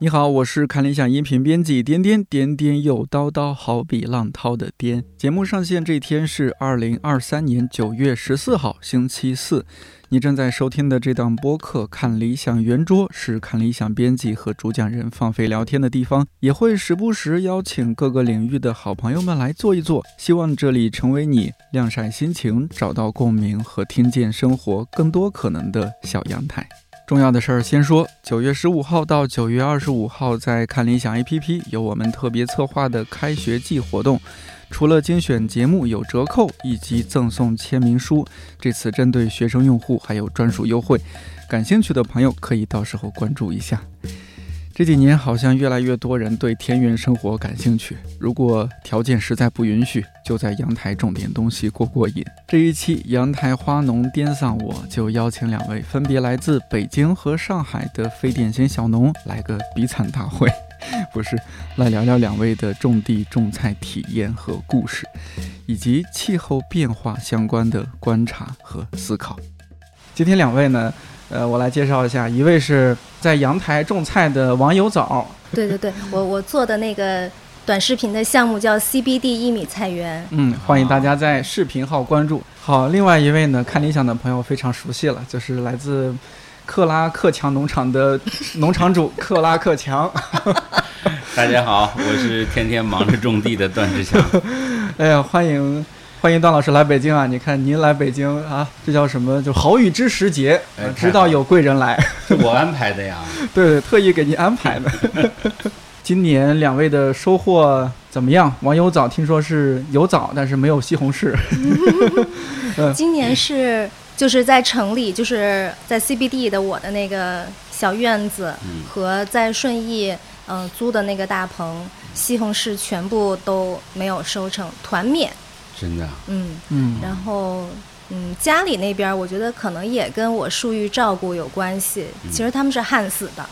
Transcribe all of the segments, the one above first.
你好，我是看理想音频编辑颠颠，颠颠又叨叨，好比浪涛的颠。节目上线这天是2023年9月14号，星期四。你正在收听的这档播客看理想圆桌，是看理想编辑和主讲人放飞聊天的地方，也会时不时邀请各个领域的好朋友们来坐一坐，希望这里成为你晾晒心情、找到共鸣和听见生活更多可能的小阳台。重要的事儿先说，9月15号到9月25号在看理想 APP 有我们特别策划的开学季活动，除了精选节目有折扣以及赠送签名书，这次针对学生用户还有专属优惠，感兴趣的朋友可以到时候关注一下。这几年好像越来越多人对田园生活感兴趣，如果条件实在不允许，就在阳台种点东西过过瘾。这一期阳台花农颠上我就邀请2位分别来自北京和上海的非典型小农来个比惨大会，不是，来聊聊2位的种地种菜体验和故事，以及气候变化相关的观察和思考。今天2位呢我来介绍一下，一位是在阳台种菜的王有枣。 对，我做的那个短视频的项目叫 CBD 1米菜园。 欢迎大家在视频号关注。好，另外一位呢，看理想的朋友非常熟悉了，就是来自克拉克强农场的农场主克拉克强。 大家好，我是天天忙着种地的段志强。 哎呀，欢迎段老师来北京啊！你看您来北京啊，这叫什么？就好雨知时节，知道有贵人来。 是我安排的呀。对， 特意给您安排的。今年2位的收获怎么样？王有枣听说是有枣，但是没有西红柿。 今年就是在城里，就是在 CBD 的我的那个小院子，和在顺义租的那个大棚，西红柿全部都没有收成，团灭。 真的。 然后家里那边我觉得可能也跟我疏于照顾有关系，其实他们是旱死的。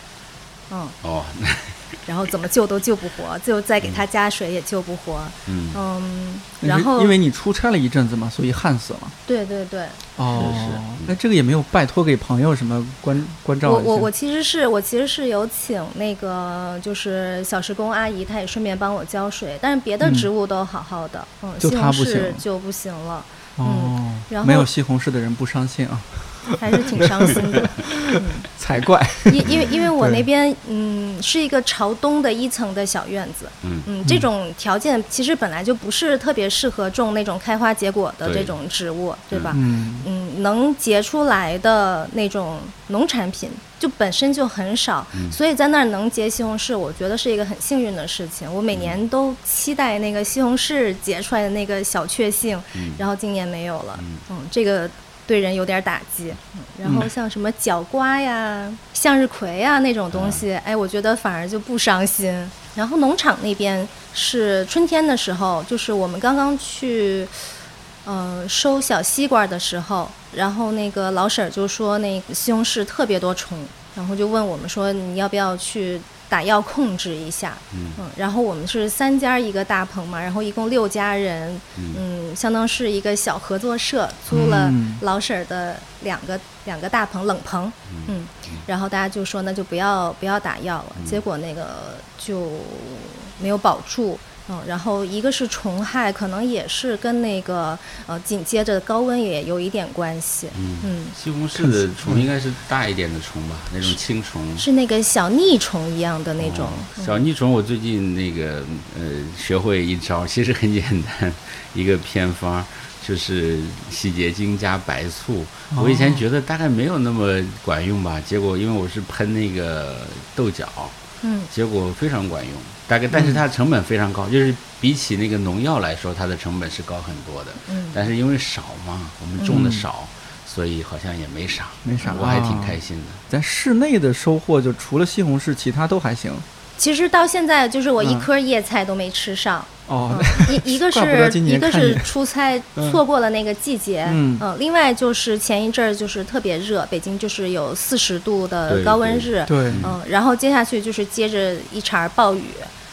然后怎么救都救不活，就再给他加水也救不活。然后因为你出差了一阵子嘛，所以旱死了。对。那这个也没有拜托给朋友什么关照一下。 我其实是有请那个就是小时工阿姨，她也顺便帮我浇水，但是别的植物都好好的。 就她不行， 西红柿就不行了。然后没有西红柿的人不伤心啊。 还是挺伤心的。 才怪。 因为我那边是一个朝东的1层的小院子。这种条件其实本来就不是特别适合种那种开花结果的这种植物， 对吧？能结出来的那种农产品就本身就很少，所以在那儿能结西红柿，我觉得是一个很幸运的事情。我每年都期待那个西红柿结出来的那个小确幸，然后今年没有了。这个对人有点打击。然后像什么角瓜呀、向日葵呀那种东西，我觉得反而就不伤心。然后农场那边是春天的时候，就是我们刚刚去收小西瓜的时候，然后那个老婶就说那个西红柿特别多虫，然后就问我们说你要不要去打药控制一下。然后我们是3家一个大棚嘛，然后一共6家人，相当是一个小合作社，租了老婶的两个大棚冷棚。然后大家就说那就不要打药了，结果那个就没有保住。然后一个是虫害，可能也是跟那个紧接着高温也有一点关系。 西红柿的虫应该是大一点的虫吧，那种青虫， 是那个小腻虫一样的那种。 小腻虫我最近那个学会一招，其实很简单，一个偏方，就是洗洁精加白醋。我以前觉得大概没有那么管用吧，结果因为我是喷那个豆角，结果非常管用。大概，但是它的成本非常高，就是比起那个农药来说，它的成本是高很多的。但是因为少嘛，我们种的少，所以好像也没啥，我还挺开心的。 在室内的收获就除了西红柿，其他都还行。 其实到现在就是我一颗叶菜都没吃上。一个是出差错过了那个季节，另外就是前一阵儿就是特别热，北京就是有40度的高温日， 对， 然后接下去就是接着一茬暴雨，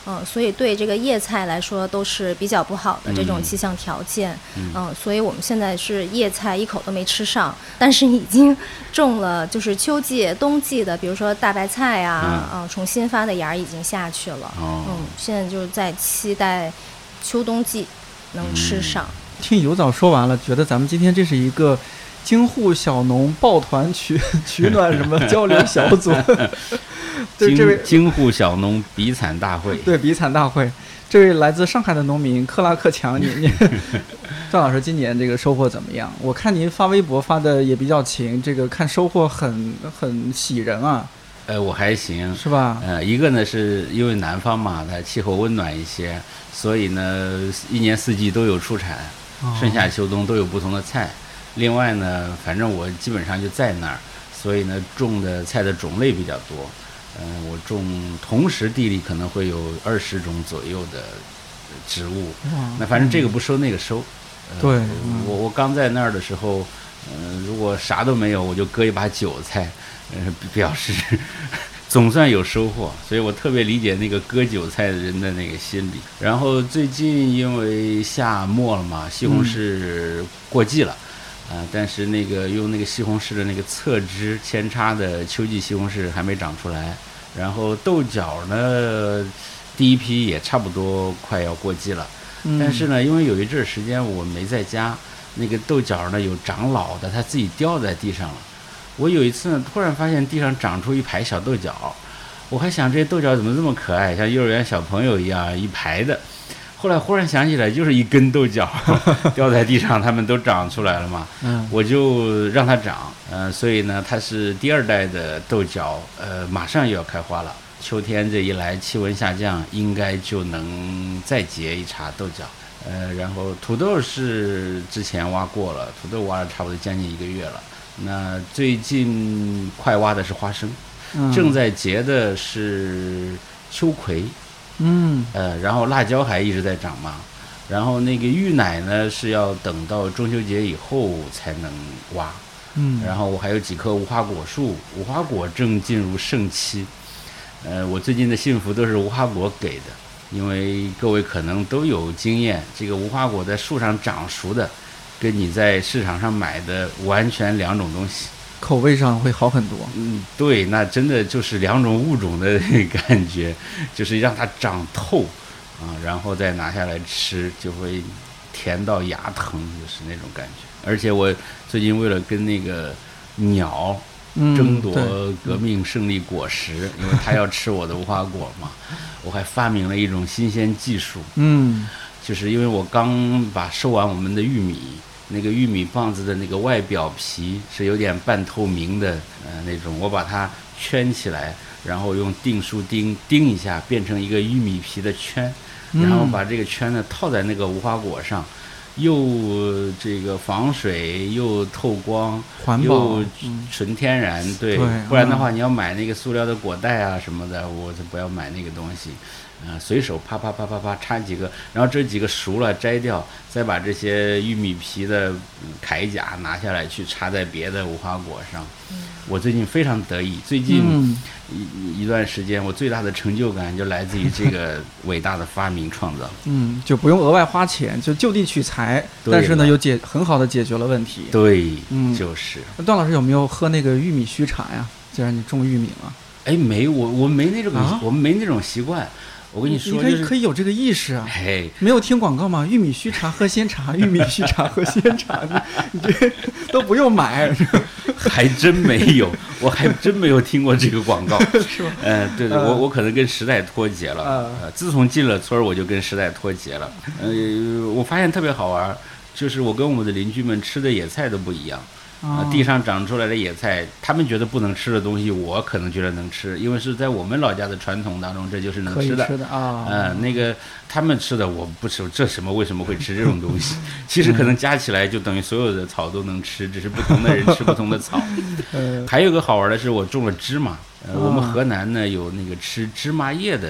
所以对这个叶菜来说都是比较不好的这种气象条件。所以我们现在是叶菜一口都没吃上，但是已经种了就是秋季冬季的，比如说大白菜啊，重新发的芽已经下去了。现在就是在期待秋冬季能吃上。 听尤早说完了，觉得咱们今天这是一个京沪小农抱团取暖什么交流小组。对，这位京沪小农比惨大会。 对，比惨大会。这位来自上海的农民克拉克强，你段老师今年这个收获怎么样？我看您发微博发的也比较勤，这个看收获很喜人啊。 我还行， 是吧？ 一个呢是因为南方嘛，它气候温暖一些，所以呢一年四季都有出产，春夏秋冬都有不同的菜。另外呢，反正我基本上就在那儿，所以呢种的菜的种类比较多。我种同时地里可能会有20种左右的植物。那反正这个不收那个收。 对， 我刚在那儿的时候，如果啥都没有，我就割一把韭菜。表示总算有收获，所以我特别理解那个割韭菜的人的那个心理。然后最近因为夏末了嘛，西红柿过季了，但是那个用那个西红柿的那个侧枝扦插的秋季西红柿还没长出来。然后豆角呢，第一批也差不多快要过季了，但是呢，因为有一阵时间我没在家，那个豆角呢有长老的，它自己掉在地上了。我有一次呢，突然发现地上长出一排小豆角，我还想这些豆角怎么这么可爱，像幼儿园小朋友一样一排的。后来忽然想起来，就是一根豆角掉在地上，它们都长出来了嘛。我就让它长，所以呢，它是第2代的豆角，马上又要开花了。秋天这一来，气温下降，应该就能再结一茬豆角。然后土豆是之前挖过了，土豆挖了差不多将近1个月了。那最近快挖的是花生，正在结的是秋葵，然后辣椒还一直在长嘛，然后那个芋奶呢是要等到中秋节以后才能挖，然后我还有几棵无花果树，无花果正进入盛期，我最近的幸福都是无花果给的，因为各位可能都有经验，这个无花果在树上长熟的跟你在市场上买的完全2种东西， 口味上会好很多。 对，那真的就是2种物种的感觉，就是让它长透然后再拿下来吃，就会甜到牙疼，就是那种感觉。而且我最近为了跟那个鸟争夺革命胜利果实，因为它要吃我的无花果嘛，我还发明了一种新鲜技术。就是因为我刚收完我们的玉米，那个玉米棒子的那个外表皮是有点半透明的那种，我把它圈起来，然后用订书钉钉一下，变成一个玉米皮的圈，然后把这个圈呢套在那个无花果上，又这个防水又透光， 环保又纯天然，对，不然的话你要买那个塑料的果袋啊什么的，我就不要买那个东西。随手啪啪啪啪啪插几个，然后这几个熟了摘掉，再把这些玉米皮的铠甲拿下来去插在别的无花果上。我最近非常得意，最近一段时间我最大的成就感就来自于这个伟大的发明创造。 就不用额外花钱，就地取材，但是呢又很好的解决了问题。 对，就是。 段老师有没有喝那个玉米须茶呀？既然你种玉米了。 没，我没那种，我们没那种习惯。我跟你说， 你可以有这个意识啊！没有听广告吗？玉米须茶喝鲜茶，玉米须茶喝鲜茶，你这都不用买。 还真没有，我还真没有听过这个广告， 是吧？ 对，我可能跟时代脱节了。自从进了村，我就跟时代脱节了。我发现特别好玩，就是我跟我们的邻居们吃的野菜都不一样。地上长出来的野菜，他们觉得不能吃的东西，我可能觉得能吃，因为是在我们老家的传统当中，这就是能吃的。 可以吃的啊。 那个他们吃的我不吃，这什么为什么会吃这种东西？其实可能加起来就等于所有的草都能吃，只是不同的人吃不同的草。还有个好玩的是，我种了芝麻。我们河南呢有那个吃芝麻叶的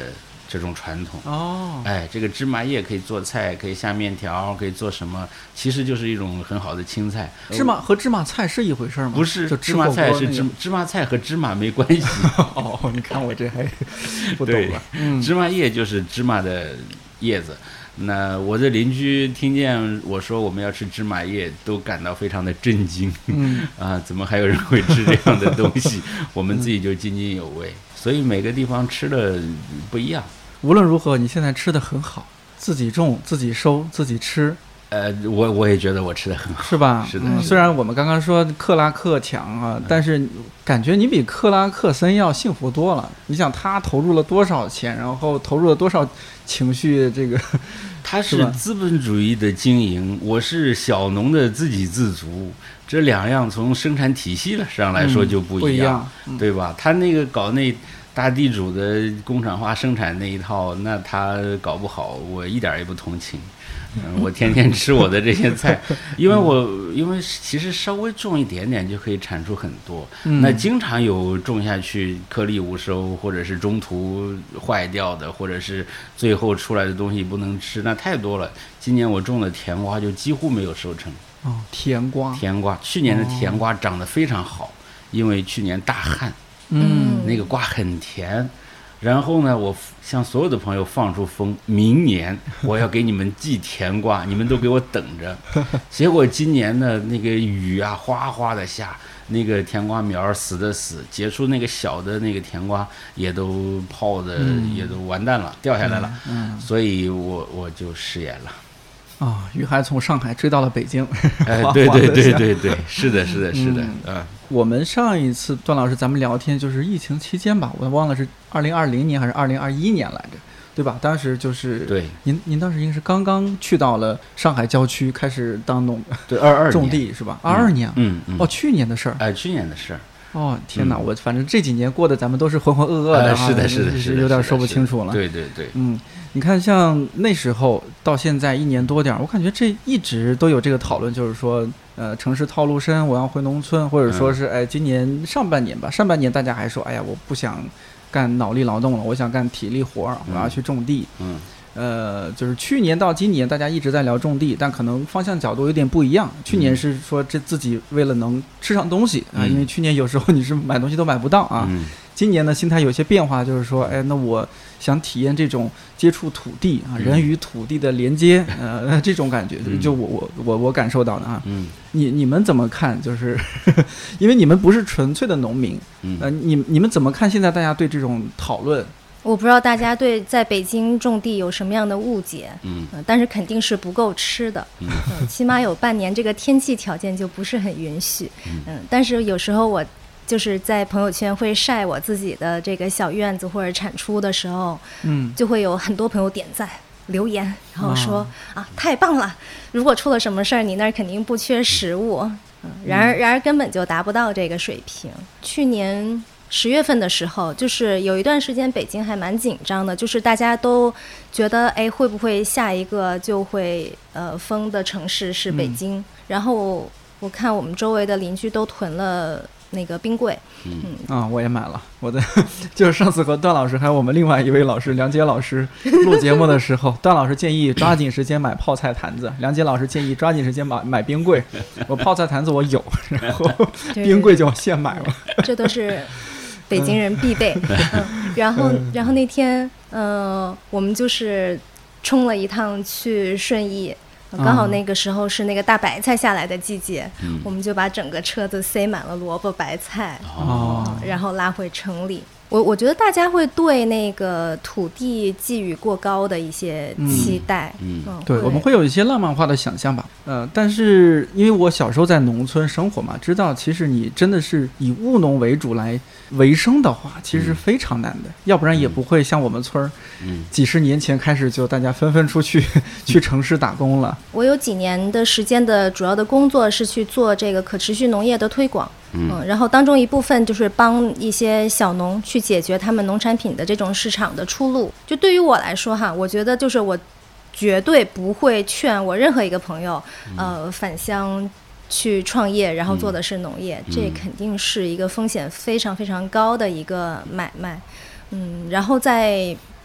这种传统。这个芝麻叶可以做菜，可以下面条，可以做什么，其实就是一种很好的青菜。 芝麻和芝麻菜是一回事吗？ 不是，就芝麻菜是芝麻菜和芝麻没关系。 你看我这还不懂了。 芝麻叶就是芝麻的叶子。那我的邻居听见我说我们要吃芝麻叶，都感到非常的震惊。怎么还有人会吃这样的东西？我们自己就津津有味。所以每个地方吃的不一样。 无论如何，你现在吃的很好，自己种、自己收、自己吃。 我也觉得我吃的很好， 是吧？ 是的。 虽然我们刚刚说克拉克强啊，但是感觉你比克拉克森要幸福多了。你想他投入了多少钱，然后投入了多少情绪，这个。 他是资本主义的经营，我是小农的自给自足，这两样从生产体系上来说就不一样，对吧？他那个搞那大地主的工厂化生产那一套，那他搞不好，我一点也不同情。我天天吃我的这些菜，因为其实稍微种一点点就可以产出很多。那经常有种下去颗粒无收，或者是中途坏掉的，或者是最后出来的东西不能吃，那太多了。今年我种的甜瓜就几乎没有收成。 甜瓜， 去年的甜瓜长得非常好，因为去年大旱，那个瓜很甜。然后呢，我向所有的朋友放出风，明年我要给你们寄甜瓜，你们都给我等着。结果今年呢，那个雨啊哗哗的下，那个甜瓜苗死的死，结出那个小的那个甜瓜也都泡的也都完蛋了，掉下来了。所以我就食言了。 雨还从上海追到了北京。 对，是的。 我们上一次段老师咱们聊天就是疫情期间吧，我忘了是2020年还是2021年来着，对吧？当时就是对您当时应该是刚刚去到了上海郊区开始当对22 种地是吧？22年，去年的事儿。 去年的事儿。 天哪！我反正这几年过的咱们都是浑浑噩噩的， 是的， 有点说不清楚了。 对， 你看像那时候到现在1年多点，我感觉这一直都有这个讨论，就是说城市套路深，我要回农村，或者说是今年上半年吧，上半年大家还说我不想干脑力劳动了，我想干体力活，我要去种地。就是去年到今年大家一直在聊种地，但可能方向角度有点不一样。去年是说这自己为了能吃上东西因为去年有时候你是买东西都买不到啊。今年呢心态有些变化，就是说那我想体验这种接触土地人与土地的连接这种感觉，就我感受到的啊。你们怎么看？就是因为你们不是纯粹的农民，你们怎么看现在大家对这种讨论？ 我不知道大家对在北京种地有什么样的误解，但是肯定是不够吃的，起码有半年这个天气条件就不是很允许，但是有时候我就是在朋友圈会晒我自己的这个小院子或者产出的时候，就会有很多朋友点赞留言，然后说太棒了，如果出了什么事儿，你那儿肯定不缺食物，然而根本就达不到这个水平。去年10月份的时候，就是有一段时间北京还蛮紧张的，就是大家都觉得会不会下一个就会封的城市是北京，然后我看我们周围的邻居都囤了那个冰柜。 我也买了，我的就是上次和段老师还有我们另外一位老师梁杰老师录节目的时候，段老师建议抓紧时间买泡菜坛子，梁杰老师建议抓紧时间买冰柜。我泡菜坛子我有，然后冰柜就要现买了。 这都是北京人必备。然后那天我们就是冲了一趟去顺义，刚好那个时候是那个大白菜下来的季节，我们就把整个车子塞满了萝卜白菜，然后拉回城里。我觉得大家会对那个土地寄予过高的一些期待， 对，我们会有一些浪漫化的想象吧。但是因为我小时候在农村生活嘛，知道其实你真的是以务农为主来为生的话，其实是非常难的，要不然也不会像我们村几十年前开始就大家纷纷出去去城市打工了。 我有几年的时间的主要的工作是去做这个可持续农业的推广。然后当中一部分就是帮一些小农去解决他们农产品的这种市场的出路。就对于我来说我觉得就是我绝对不会劝我任何一个朋友返乡去创业，然后做的是农业，这肯定是一个风险非常非常高的一个买卖。然后在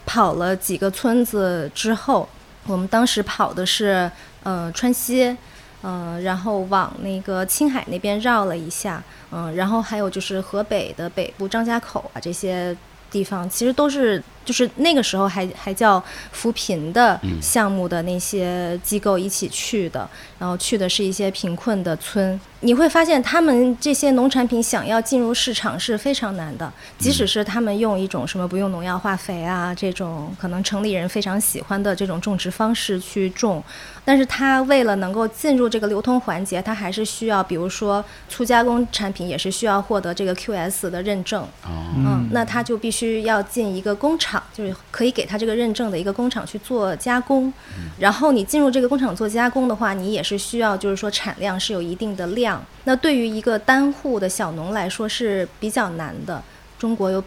跑了几个村子之后，我们当时跑的是川西，然后往那个青海那边绕了一下，然后还有就是河北的北部张家口啊这些地方，其实都是就是那个时候还叫扶贫的项目的那些机构一起去的，然后去的是一些贫困的村。你会发现他们这些农产品想要进入市场是非常难的，即使是他们用一种什么不用农药化肥啊这种可能城里人非常喜欢的这种种植方式去种，但是它为了能够进入这个流通环节，它还是需要比如说粗加工产品也是需要获得这个 QS 的认证，那它就必须要进一个工厂，就是可以给它这个认证的一个工厂去做加工，然后你进入这个工厂做加工的话，你也是需要就是说产量是有一定的量，那对于一个单户的小农来说是比较难的。中国有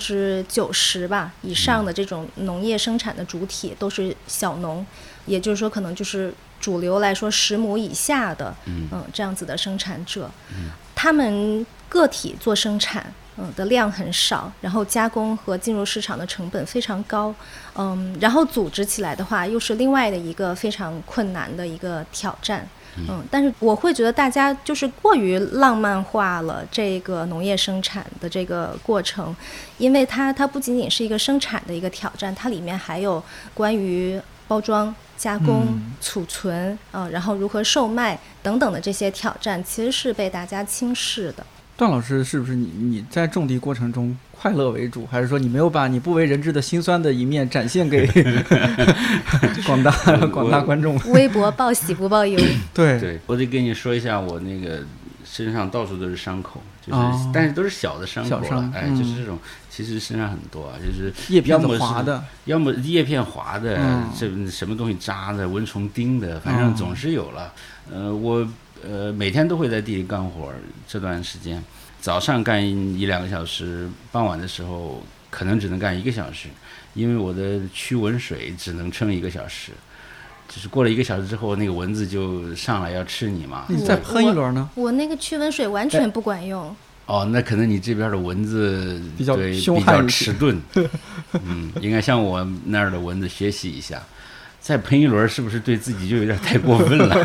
90%吧以上的这种农业生产的主体都是小农，也就是说可能就是主流来说10亩以下的这样子的生产者，他们个体做生产的量很少，然后加工和进入市场的成本非常高，然后组织起来的话又是另外的一个非常困难的一个挑战。但是我会觉得大家就是过于浪漫化了这个农业生产的这个过程，因为它不仅仅是一个生产的一个挑战，它里面还有关于包装、加工、储存，然后如何售卖等等的这些挑战，其实是被大家轻视的。 段老师，是不是你在种地过程中快乐为主，还是说你没有把你不为人知的辛酸的一面展现给广大观众？ 微博报喜不报忧。 对， 我得跟你说一下，我那个身上到处都是伤口，就是但是都是小的伤口了，就是这种，其实身上很多啊，就是叶片滑的， 要么叶片滑的，这什么东西扎的，蚊虫叮的，反正总是有了。我每天都会在地里干活，这段时间早上干1-2个小时，傍晚的时候可能只能干1个小时，因为我的驱蚊水只能撑1个小时，就是过了1个小时之后，那个蚊子就上来要吃你嘛。 你再喷一轮呢？ 我那个驱蚊水完全不管用。 那可能你这边的蚊子比较迟钝，应该向我那儿的蚊子学习一下。再喷一轮是不是对自己就有点太过分了？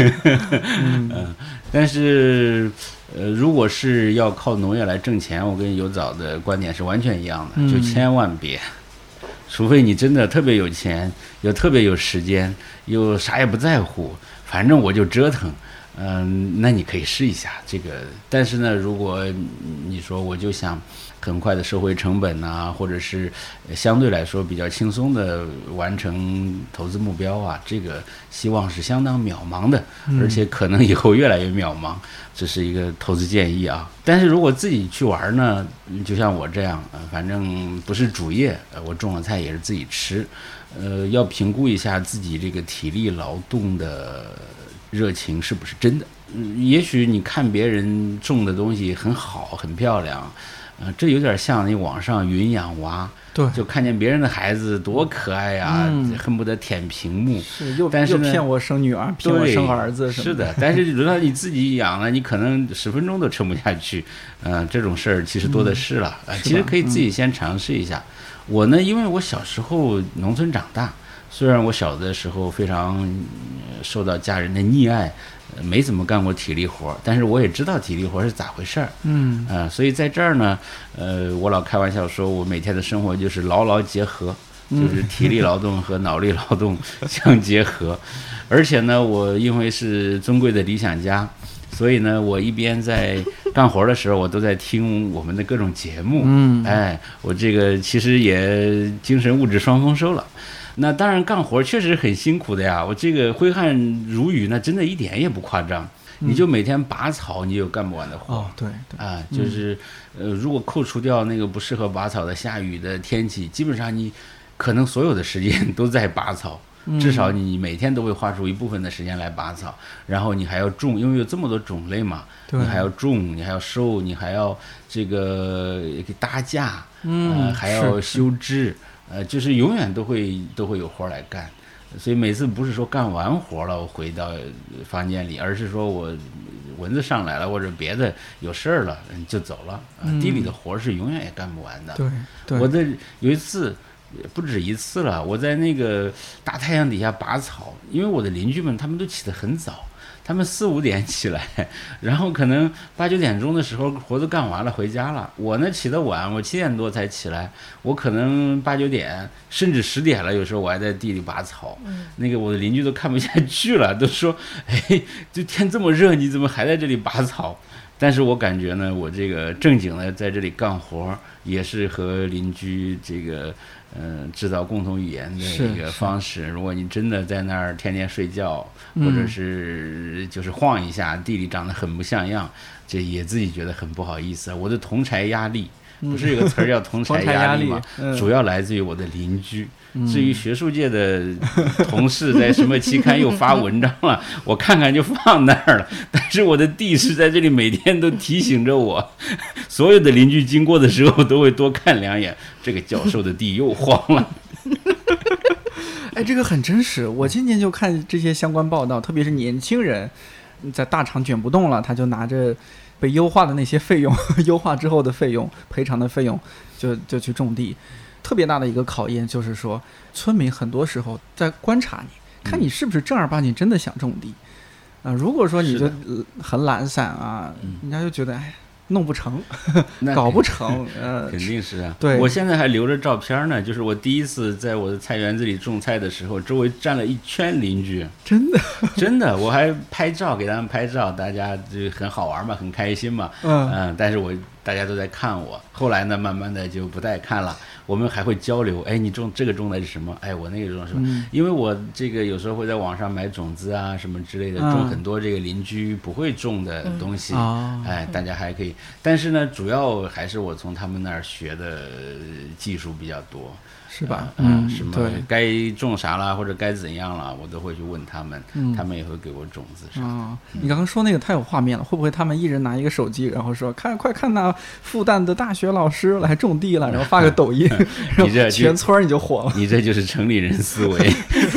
但是如果是要靠农业来挣钱，我跟尤早的观点是完全一样的，就千万别，除非你真的特别有钱，又特别有时间，又啥也不在乎，反正我就折腾。那你可以试一下这个，但是呢，如果你说我就想很快的收回成本啊，或者是相对来说比较轻松的完成投资目标啊，这个希望是相当渺茫的，而且可能以后越来越渺茫，这是一个投资建议啊。但是如果自己去玩呢，就像我这样，反正不是主业，我种了菜也是自己吃，要评估一下自己这个体力劳动的热情是不是真的。也许你看别人种的东西很好很漂亮，这有点像你网上云养娃， 对， 就看见别人的孩子多可爱呀，恨不得舔屏幕。但是又骗我生女儿，骗我生儿子什么的。 是的，但是轮到你自己养了，你可能10分钟都撑不下去。这种事儿其实多的是了。其实可以自己先尝试一下。我呢，因为我小时候农村长大，虽然我小的时候非常受到家人的溺爱，没怎么干过体力活，但是我也知道体力活是咋回事儿。所以在这儿呢，我老开玩笑说，我每天的生活就是牢牢结合，就是体力劳动和脑力劳动相结合。而且呢，我因为是尊贵的理想家，所以呢，我一边在干活的时候，我都在听我们的各种节目。我这个其实也精神物质双丰收了。那当然干活确实很辛苦的呀，我这个挥汗如雨，那真的一点也不夸张。你就每天拔草，你有干不完的活。 对就是如果扣除掉那个不适合拔草的下雨的天气，基本上你可能所有的时间都在拔草。至少你每天都会花出一部分的时间来拔草，然后你还要种，因为有这么多种类嘛，你还要种，你还要收，你还要这个给搭架，还要修枝，就是永远都会有活来干。所以每次不是说干完活了我回到房间里，而是说我蚊子上来了或者别的有事儿了就走了。地里的活是永远也干不完的。 对， 我有一次不止一次了。我在那个大太阳底下拔草，因为我的邻居们他们都起得很早，他们4、5点起来，然后可能8、9点钟的时候活都干完了回家了。我呢起得晚，我7点多才起来，我可能8、9点甚至10点了，有时候我还在地里拔草。那个我的邻居都看不下去了，都说：“哎，这天这么热，你怎么还在这里拔草？”但是我感觉呢，我这个正经的在这里干活，也是和邻居这个制造共同语言的一个方式。如果你真的在那儿天天睡觉，或者是就是晃一下，地里长得很不像样，这也自己觉得很不好意思。我的同侪压力，不是有个词儿叫同侪压力吗？主要来自于我的邻居。至于学术界的同事在什么期刊又发文章了，我看看就放那儿了。但是我的地是在这里每天都提醒着我，所有的邻居经过的时候都会多看2眼，这个教授的地又荒了。 哎，这个很真实。我今年就看这些相关报道，特别是年轻人在大厂卷不动了，他就拿着被优化的那些费用，优化之后的费用、赔偿的费用，就去种地。特别大的一个考验就是说，村民很多时候在观察你，看你是不是正儿八经真的想种地。如果说你就很懒散啊，人家就觉得哎，弄不成，搞不成。 肯定是啊。 对， 我现在还留着照片呢，就是我第一次在我的菜园子里种菜的时候，周围站了一圈邻居。真的，真的，我还拍照给他们拍照，大家就很好玩嘛，很开心嘛。但是大家都在看我。后来呢，慢慢的就不再看了。我们还会交流，哎，你种这个种的是什么？哎，我那个种的是什么？因为我这个有时候会在网上买种子啊什么之类的，种很多这个邻居不会种的东西。哎，大家还可以。但是呢，主要还是我从他们那儿学的技术比较多。是吧？什么该种啥了或者该怎样了，我都会去问他们，他们也会给我种子啥。 你刚刚说那个太有画面了，会不会他们一人拿一个手机，然后说快看那复旦的大学老师来种地了，然后发个抖音，然后全村你就火了。 你这就是城里人思维。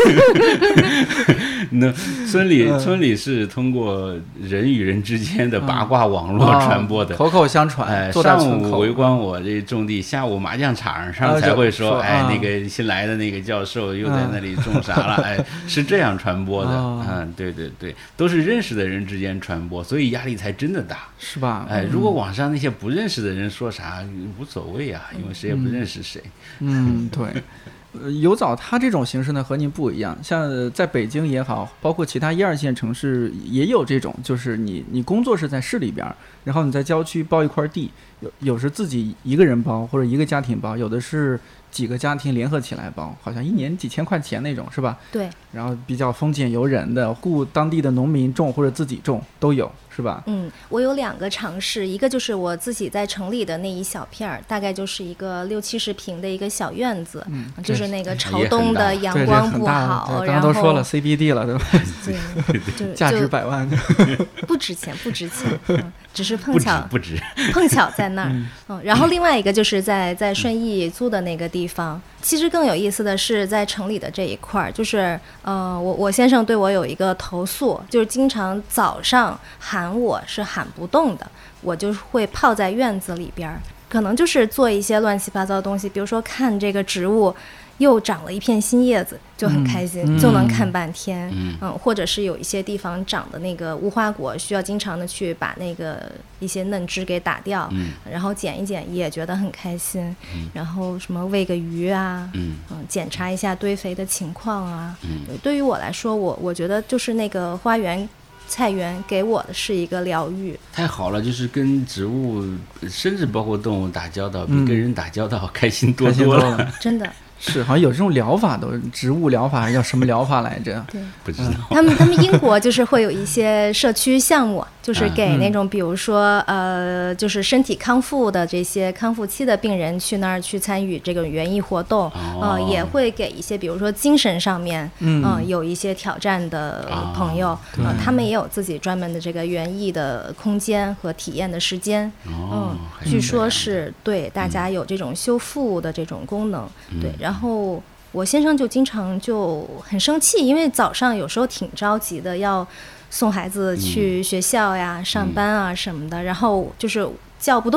那村里是通过人与人之间的八卦网络传播的， 口口相传。 上午围观我这种地，下午麻将场上才会说，哎，那个新来的那个教授又在那里种啥了，哎，是这样传播的。对对对，都是认识的人之间传播，所以压力才真的大， 是吧？ 哎，如果网上那些不认识的人说啥无所谓啊，因为谁也不认识谁。 对。有早它这种形式呢和您不一样，像在北京也好，包括其他1、2线城市也有这种，就是你工作是在市里边，然后你在郊区包一块地，有时自己一个人包或者一个家庭包，有的是几个家庭联合起来包，好像1年几千块钱那种，是吧？ 对。 然后比较丰俭由人的，雇当地的农民种或者自己种都有，是吧？ 我有2个尝试，一个就是我自己在城里的那一小片，大概就是一个60、70平的一个小院子，就是那个朝东的阳光不好， 刚刚都说了 CBD 了，对吧？ 对， 价值100万， 不值钱，只是碰巧不值碰巧在那儿。然后另外一个就是在顺义租的那个地方。其实更有意思的是在城里的这一块，就是我先生对我有一个投诉，就是经常早上喊我是喊不动的，我就会泡在院子里边，可能就是做一些乱七八糟的东西，比如说看这个植物又长了一片新叶子，就很开心，就能看半天。或者是有一些地方长的那个无花果，需要经常的去把那个一些嫩枝给打掉，然后剪一剪，也觉得很开心。然后什么喂个鱼啊，检查一下堆肥的情况啊。对于我来说，我觉得就是那个花园菜园给我的是一个疗愈。 太好了，就是跟植物甚至包括动物打交道，比跟人打交道开心多了。 真的是，好像有这种疗法的，植物疗法叫什么疗法来着？ 对， 不知道。 他们英国就是会有一些社区项目，就是给那种比如说就是身体康复的这些康复期的病人去那儿去参与这个园艺活动。也会给一些比如说精神上面有一些挑战的朋友，他们也有自己专门的这个园艺的空间和体验的时间。据说是对大家有这种修复的这种功能。对，然后我先生就经常就很生气，因为早上有时候挺着急的，要送孩子去学校呀、上班啊什么的，然后就是叫不动我，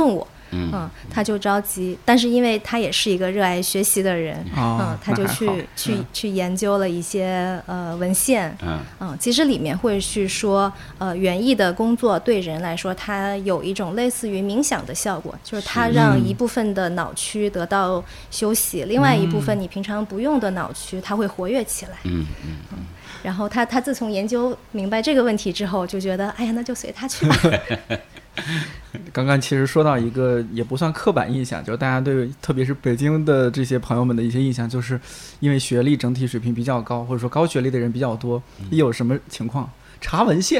他就着急，但是因为他也是一个热爱学习的人，他就去研究了一些文献，其实里面会去说，园艺的工作对人来说，它有一种类似于冥想的效果，就是它让一部分的脑区得到休息，另外一部分你平常不用的脑区，它会活跃起来。然后他自从研究明白这个问题之后，就觉得哎呀，那就随他去吧。 刚刚其实说到一个也不算刻板印象，就是大家对特别是北京的这些朋友们的一些印象，就是因为学历整体水平比较高，或者说高学历的人比较多，一有什么情况查文献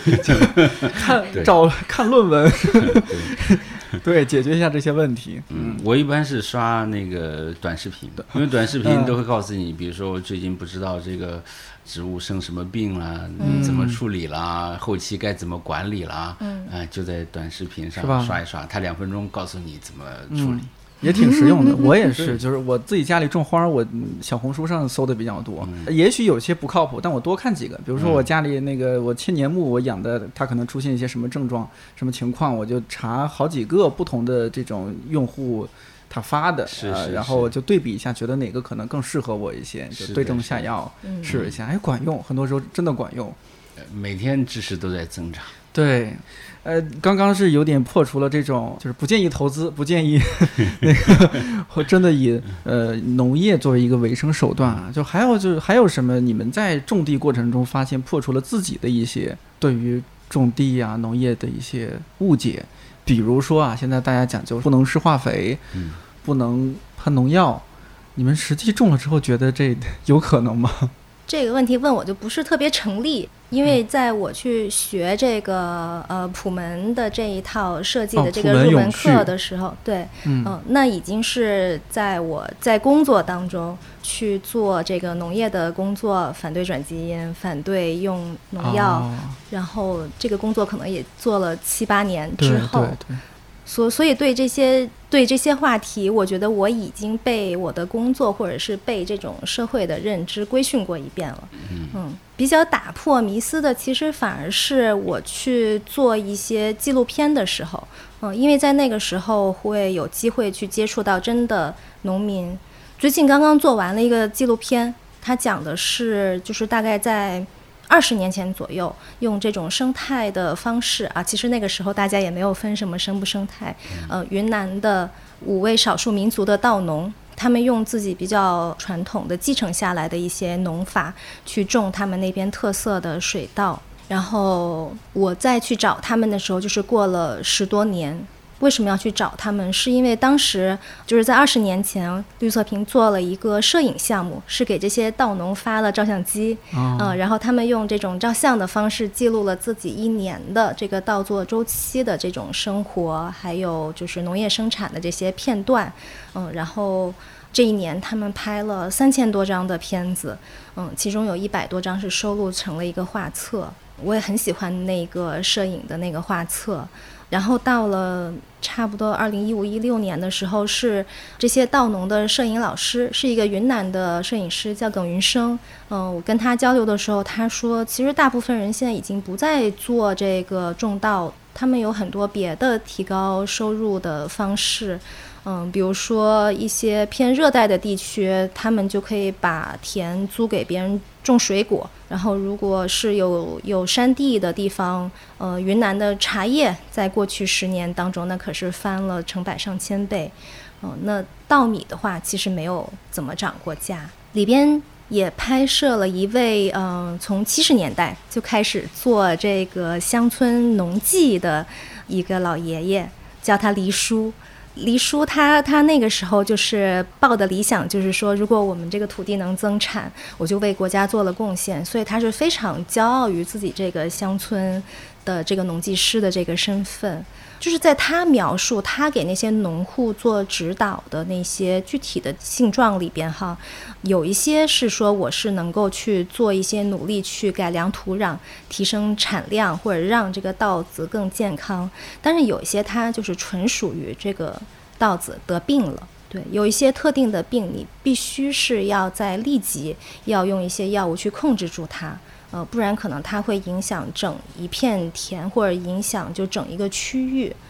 看论文对，解决一下这些问题。 我一般是刷那个短视频的，因为短视频都会告诉你，比如说我最近不知道这个植物生什么病啦，怎么处理啦，后期该怎么管理啦，就在短视频上刷一刷，它2分钟告诉你怎么处理。 也挺实用的。我也是，就是我自己家里种花，我小红书上搜的比较多，也许有些不靠谱，但我多看几个。比如说我家里那个我千年木，我养的它可能出现一些什么症状、什么情况，我就查好几个不同的这种用户他发的，然后就对比一下，觉得哪个可能更适合我一些，就对症下药试一下，哎，管用，很多时候真的管用。 每天知识都在增长。 对。刚刚是有点破除了这种，就是不建议投资，不建议那个真的以农业作为一个维生手段啊。就还有什么你们在种地过程中发现破除了自己的一些对于种地啊农业的一些误解？比如说啊，现在大家讲究不能施化肥，不能喷农药，你们实际种了之后觉得这有可能吗？ 这个问题问我就不是特别成立，因为在我去学这个普门的这一套设计的这个入门课的时候，对，那已经是在我在工作当中去做这个农业的工作，反对转基因，反对用农药，然后这个工作可能也做了7、8年之后。对所以对这些话题，我觉得我已经被我的工作或者是被这种社会的认知规训过一遍了。比较打破迷思的，其实反而是我去做一些纪录片的时候，因为在那个时候会有机会去接触到真的农民。最近刚刚做完了一个纪录片，它讲的是就是大概在20年前左右，用这种生态的方式啊，其实那个时候大家也没有分什么生不生态。云南的5位少数民族的稻农，他们用自己比较传统的继承下来的一些农法去种他们那边特色的水稻。然后我再去找他们的时候，就是过了10多年。为什么要去找他们？是因为当时就是在20年前，绿色瓶做了一个摄影项目，是给这些稻农发了照相机，然后他们用这种照相的方式记录了自己1年的这个稻作周期的这种生活，还有就是农业生产的这些片段，然后这1年他们拍了3000多张的片子，其中有100多张是收录成了一个画册。我也很喜欢那个摄影的那个画册。然后到了差不多2015、16年的时候，是这些稻农的摄影老师，是一个云南的摄影师叫耿云生。我跟他交流的时候，他说其实大部分人现在已经不再做这个种稻，他们有很多别的提高收入的方式。比如说一些偏热带的地区，他们就可以把田租给别人种水果，然后如果是有山地的地方，云南的茶叶在过去10年当中，那可是翻了成百上千倍。那稻米的话，其实没有怎么涨过价。里边也拍摄了一位从70年代就开始做这个乡村农技的一个老爷爷，叫他黎叔。黎叔他那个时候就是抱的理想，就是说如果我们这个土地能增产，我就为国家做了贡献，所以他是非常骄傲于自己这个乡村的这个农技师的这个身份。就是在他描述他给那些农户做指导的那些具体的性状里边哈，有一些是说我是能够去做一些努力去改良土壤，提升产量，或者让这个稻子更健康，但是有一些它就是纯属于这个稻子得病了。对，有一些特定的病你必须是要在立即要用一些药物去控制住它，不然可能它会影响整一片田，或者影响就整一个区域。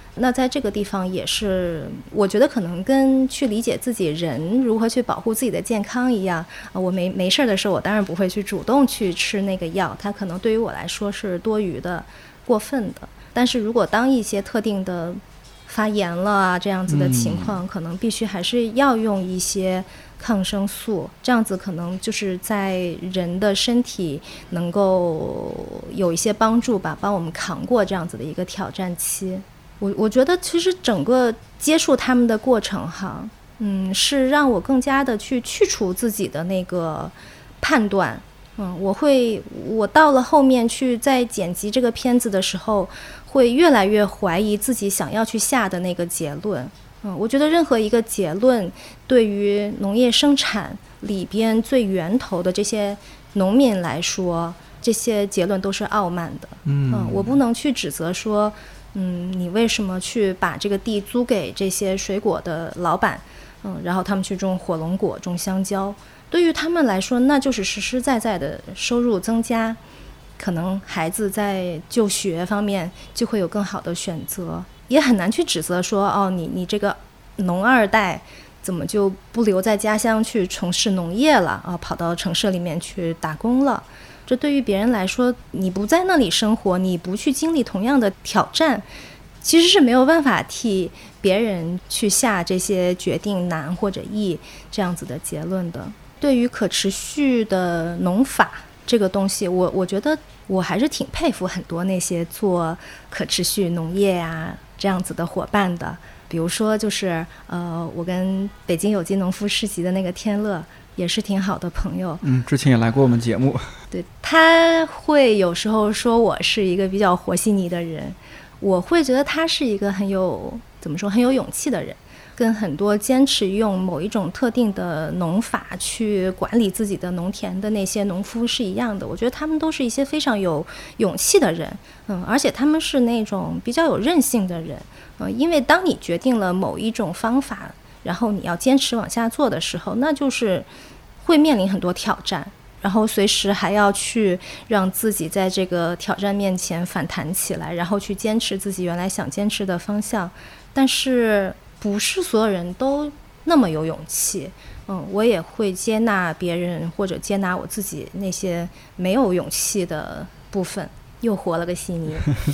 那在这个地方也是，我觉得可能跟去理解自己人如何去保护自己的健康一样，我没事的时候，我当然不会去主动去吃那个药，它可能对于我来说是多余的、过分的。但是如果当一些特定的发炎了啊这样子的情况，可能必须还是要用一些抗生素，这样子可能就是在人的身体能够有一些帮助吧，帮我们扛过这样子的一个挑战期。我觉得其实整个接触他们的过程哈，是让我更加的去除自己的那个判断。我到了后面去在剪辑这个片子的时候，会越来越怀疑自己想要去下的那个结论。我觉得任何一个结论对于农业生产里边最源头的这些农民来说，这些结论都是傲慢的。我不能去指责说你为什么去把这个地租给这些水果的老板，然后他们去种火龙果、种香蕉，对于他们来说那就是实实在在的收入增加，可能孩子在就学方面就会有更好的选择。也很难去指责说你这个农二代怎么就不留在家乡去从事农业了跑到城市里面去打工了。这对于别人来说，你不在那里生活，你不去经历同样的挑战，其实是没有办法替别人去下这些决定难或者易这样子的结论的。对于可持续的农法这个东西，我觉得我还是挺佩服很多那些做可持续农业啊这样子的伙伴的。比如说就是我跟北京有机农夫市集的那个天乐也是挺好的朋友， 之前也来过我们节目。 对，他会有时候说我是一个比较和稀泥的人，我会觉得他是一个很有勇气的人，跟很多坚持用某一种特定的农法去管理自己的农田的那些农夫是一样的。我觉得他们都是一些非常有勇气的人，而且他们是那种比较有韧性的人，因为当你决定了某一种方法，然后你要坚持往下做的时候，那就是会面临很多挑战，然后随时还要去让自己在这个挑战面前反弹起来，然后去坚持自己原来想坚持的方向。但是不是所有人都那么有勇气，我也会接纳别人或者接纳我自己那些没有勇气的部分，又活了个稀泥。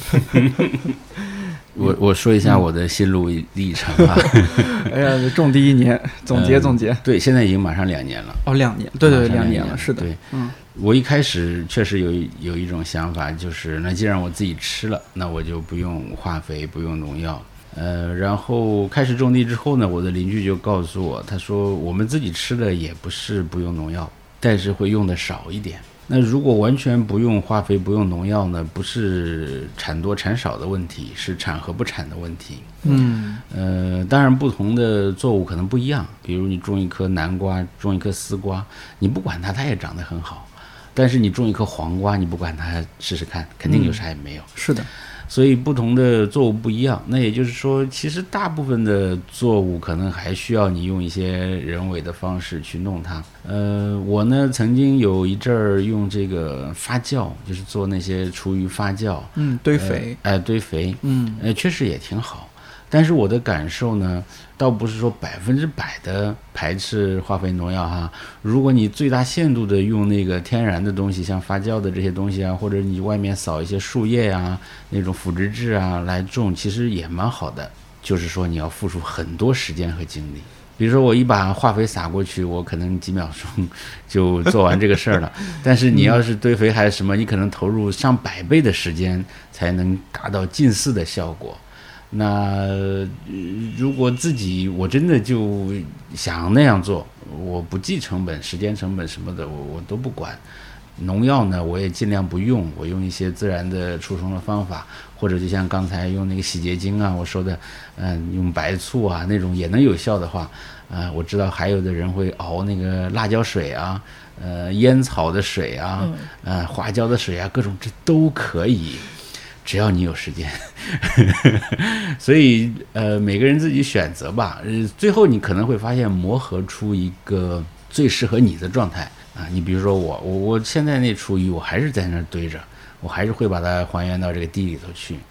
我说一下我的心路历程啊。 哎呀，种地1年，总结。 对，现在已经马上2年了。 2年，对2年了，是的。 对，我一开始确实有一种想法，就是那既然我自己吃了，那我就不用化肥，不用农药。然后开始种地之后呢，我的邻居就告诉我，他说我们自己吃的也不是不用农药，但是会用的少一点。那如果完全不用化肥不用农药呢，不是产多产少的问题，是产和不产的问题。当然不同的作物可能不一样，比如你种一颗南瓜，种一颗丝瓜，你不管它也长得很好，但是你种一颗黄瓜，你不管它试试看，肯定有啥也没有。 是的。 所以不同的作物不一样，那也就是说其实大部分的作物可能还需要你用一些人为的方式去弄它。我呢曾经有一阵儿用这个发酵，就是做那些厨余发酵， 堆肥， 堆肥，确实也挺好。但是我的感受呢，倒不是说100%的排斥化肥农药哈。如果你最大限度的用那个天然的东西，像发酵的这些东西啊，或者你外面扫一些树叶啊，那种腐殖质啊来种，其实也蛮好的。就是说你要付出很多时间和精力。比如说我一把化肥撒过去，我可能几秒钟就做完这个事儿了。但是你要是堆肥还是什么，你可能投入上100倍的时间才能达到近似的效果。那如果自己我真的就想那样做，我不计成本、时间成本什么的，我都不管。农药呢，我也尽量不用，我用一些自然的除虫的方法，或者就像刚才用那个洗洁精啊，我说的，用白醋啊那种也能有效的话，我知道还有的人会熬那个辣椒水啊，烟草的水啊，花椒的水啊，各种这都可以。只要你有时间。所以每个人自己选择吧，最后你可能会发现磨合出一个最适合你的状态啊。你比如说我现在那厨余我还是在那儿堆着，我还是会把它还原到这个地里头去。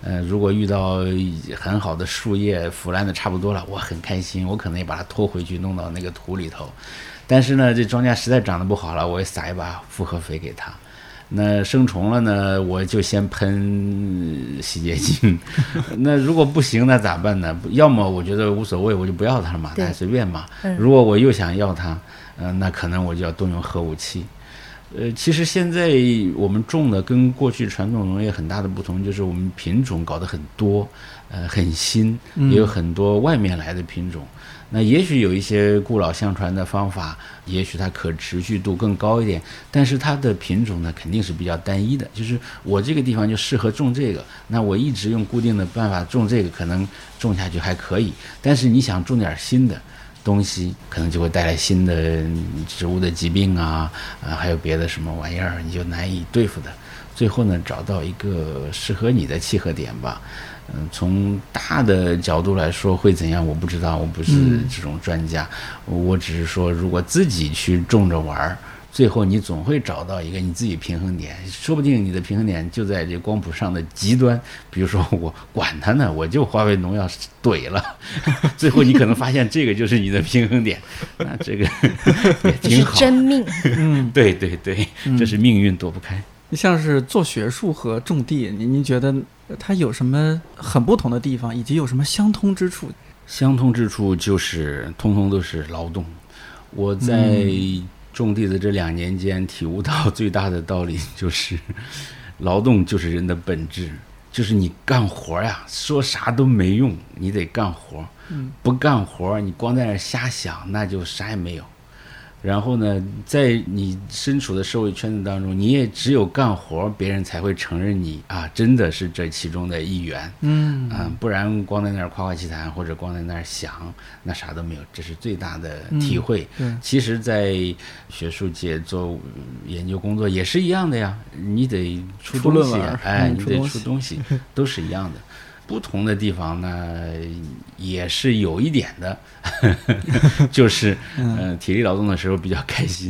如果遇到很好的树叶腐烂的差不多了，我很开心，我可能也把它拖回去弄到那个土里头。但是呢，这庄稼实在长得不好了，我也撒一把复合肥给它。那生虫了呢，我就先喷洗洁精。那如果不行，那咋办呢？要么我觉得无所谓，我就不要它了嘛，大家随便嘛。如果我又想要它，那可能我就要动用核武器。其实现在我们种的跟过去传统农业很大的不同，就是我们品种搞得很多，很新，也有很多外面来的品种。那也许有一些故老相传的方法，也许它可持续度更高一点，但是它的品种呢肯定是比较单一的，就是我这个地方就适合种这个，那我一直用固定的办法种这个，可能种下去还可以，但是你想种点新的东西，可能就会带来新的植物的疾病啊，还有别的什么玩意儿，你就难以对付的。最后呢，找到一个适合你的契合点吧。从大的角度来说会怎样我不知道，我不是这种专家，我只是说如果自己去种着玩，最后你总会找到一个你自己平衡点，说不定你的平衡点就在这光谱上的极端，比如说我管它呢，我就化肥农药怼了，最后你可能发现这个就是你的平衡点，那这个也挺好， 是真命。 对对对，这是命运躲不开。 像是做学术和种地，您觉得它有什么很不同的地方，以及有什么相通之处？ 相通之处就是通通都是劳动。我在种地的这2年间体悟到最大的道理就是劳动就是人的本质，就是你干活呀，说啥都没用，你得干活。不干活你光在那瞎想，那就啥也没有。然后呢，在你身处的社会圈子当中，你也只有干活，别人才会承认你啊，真的是这其中的一员。不然光在那儿夸夸其谈，或者光在那儿想，那啥都没有。这是最大的体会。其实，在学术界做研究工作也是一样的呀，你得出东西，你得出东西，都是一样的。不同的地方呢，也是有一点的，就是体力劳动的时候比较开心，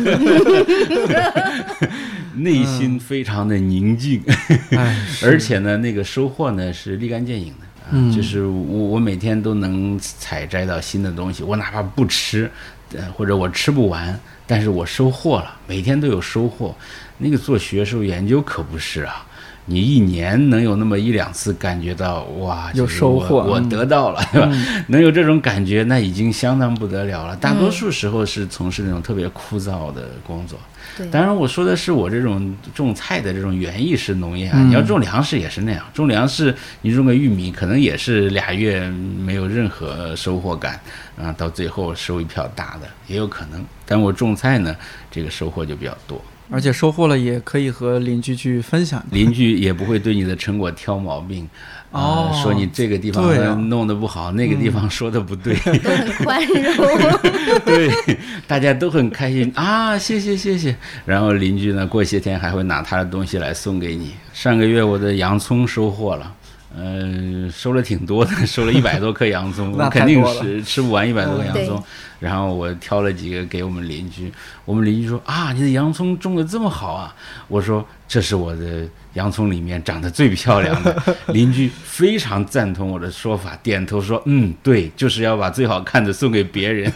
内心非常的宁静，而且呢，那个收获呢是立竿见影的，就是我每天都能采摘到新的东西，我哪怕不吃，或者我吃不完，但是我收获了，每天都有收获。那个做学术研究可不是啊。你1年能有那么1-2次感觉到哇， 有收获， 我得到了，对吧？能有这种感觉，那已经相当不得了了。大多数时候是从事那种特别枯燥的工作。当然，我说的是我这种种菜的这种园艺式农业啊。你要种粮食也是那样，种粮食你种个玉米，可能也是2月没有任何收获感啊，到最后收一票大的也有可能。但我种菜呢，这个收获就比较多。 而且收获了也可以和邻居去分享， 邻居也不会对你的成果挑毛病，说你这个地方弄得不好，那个地方说的不对， 都很宽容， 对，大家都很开心啊，谢谢谢谢。然后邻居呢，过些天还会拿他的东西来送给你。上个月我的洋葱收获了。收了挺多的，收了100多颗洋葱，我肯定是吃不完100多颗洋葱。然后我挑了几个给我们邻居，我们邻居说啊，你的洋葱种得这么好啊！我说这是我的洋葱里面长得最漂亮的。邻居非常赞同我的说法，点头说对，就是要把最好看的送给别人。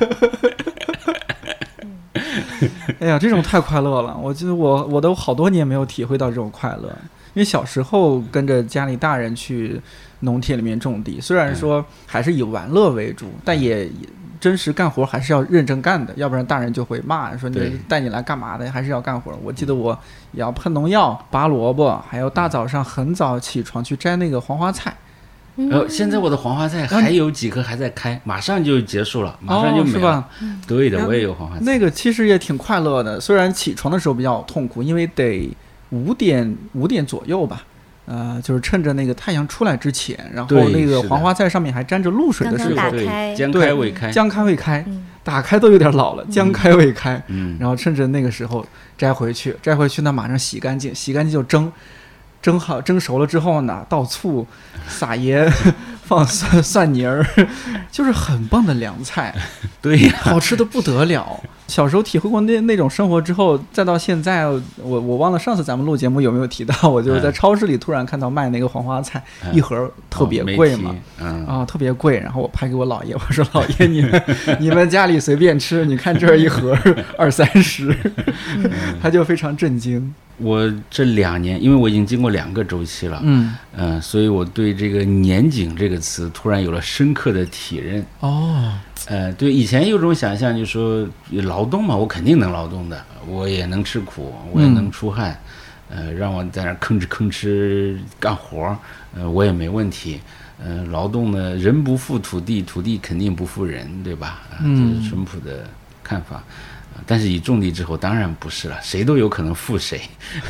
哎呀，这种太快乐了！我觉得我都好多年没有体会到这种快乐。因为小时候跟着家里大人去农田里面种地，虽然说还是以玩乐为主，但也真实干活还是要认真干的，要不然大人就会骂说你带你来干嘛的，还是要干活。我记得我也要喷农药、拔萝卜，还有大早上很早起床去摘那个黄花菜。 现在我的黄花菜还有几棵还在开，马上就结束了，马上就没了。是吧？对的，我也有黄花菜。 那个其实也挺快乐的，虽然起床的时候比较痛苦，因为得5点左右吧，就是趁着那个太阳出来之前，然后那个黄花菜上面还沾着露水的时候， 将开未开， 将开未开，打开都有点老了，将开未开，然后趁着那个时候摘回去呢，马上洗干净就蒸好，蒸熟了之后呢，倒醋，撒盐，放蒜泥儿，就是很棒的凉菜。 对呀， 好吃的不得了。 小时候体会过那种生活之后，再到现在，我忘了上次咱们录节目有没有提到，我就是在超市里突然看到卖那个黄花菜，一盒特别贵嘛，特别贵，然后我拍给我姥爷，我说姥爷你们家里随便吃，你看这一盒20-30，他就非常震惊。 我这2年，因为我已经经过2个周期了，所以我对这个年景这个词突然有了深刻的体认。对，以前有种想象，就是说劳动嘛，我肯定能劳动的，我也能吃苦，我也能出汗，让我在那吭哧干活，我也没问题。劳动呢，人不负土地，土地肯定不负人，对吧？这是淳朴的看法。但是以种地之后当然不是了，谁都有可能负谁。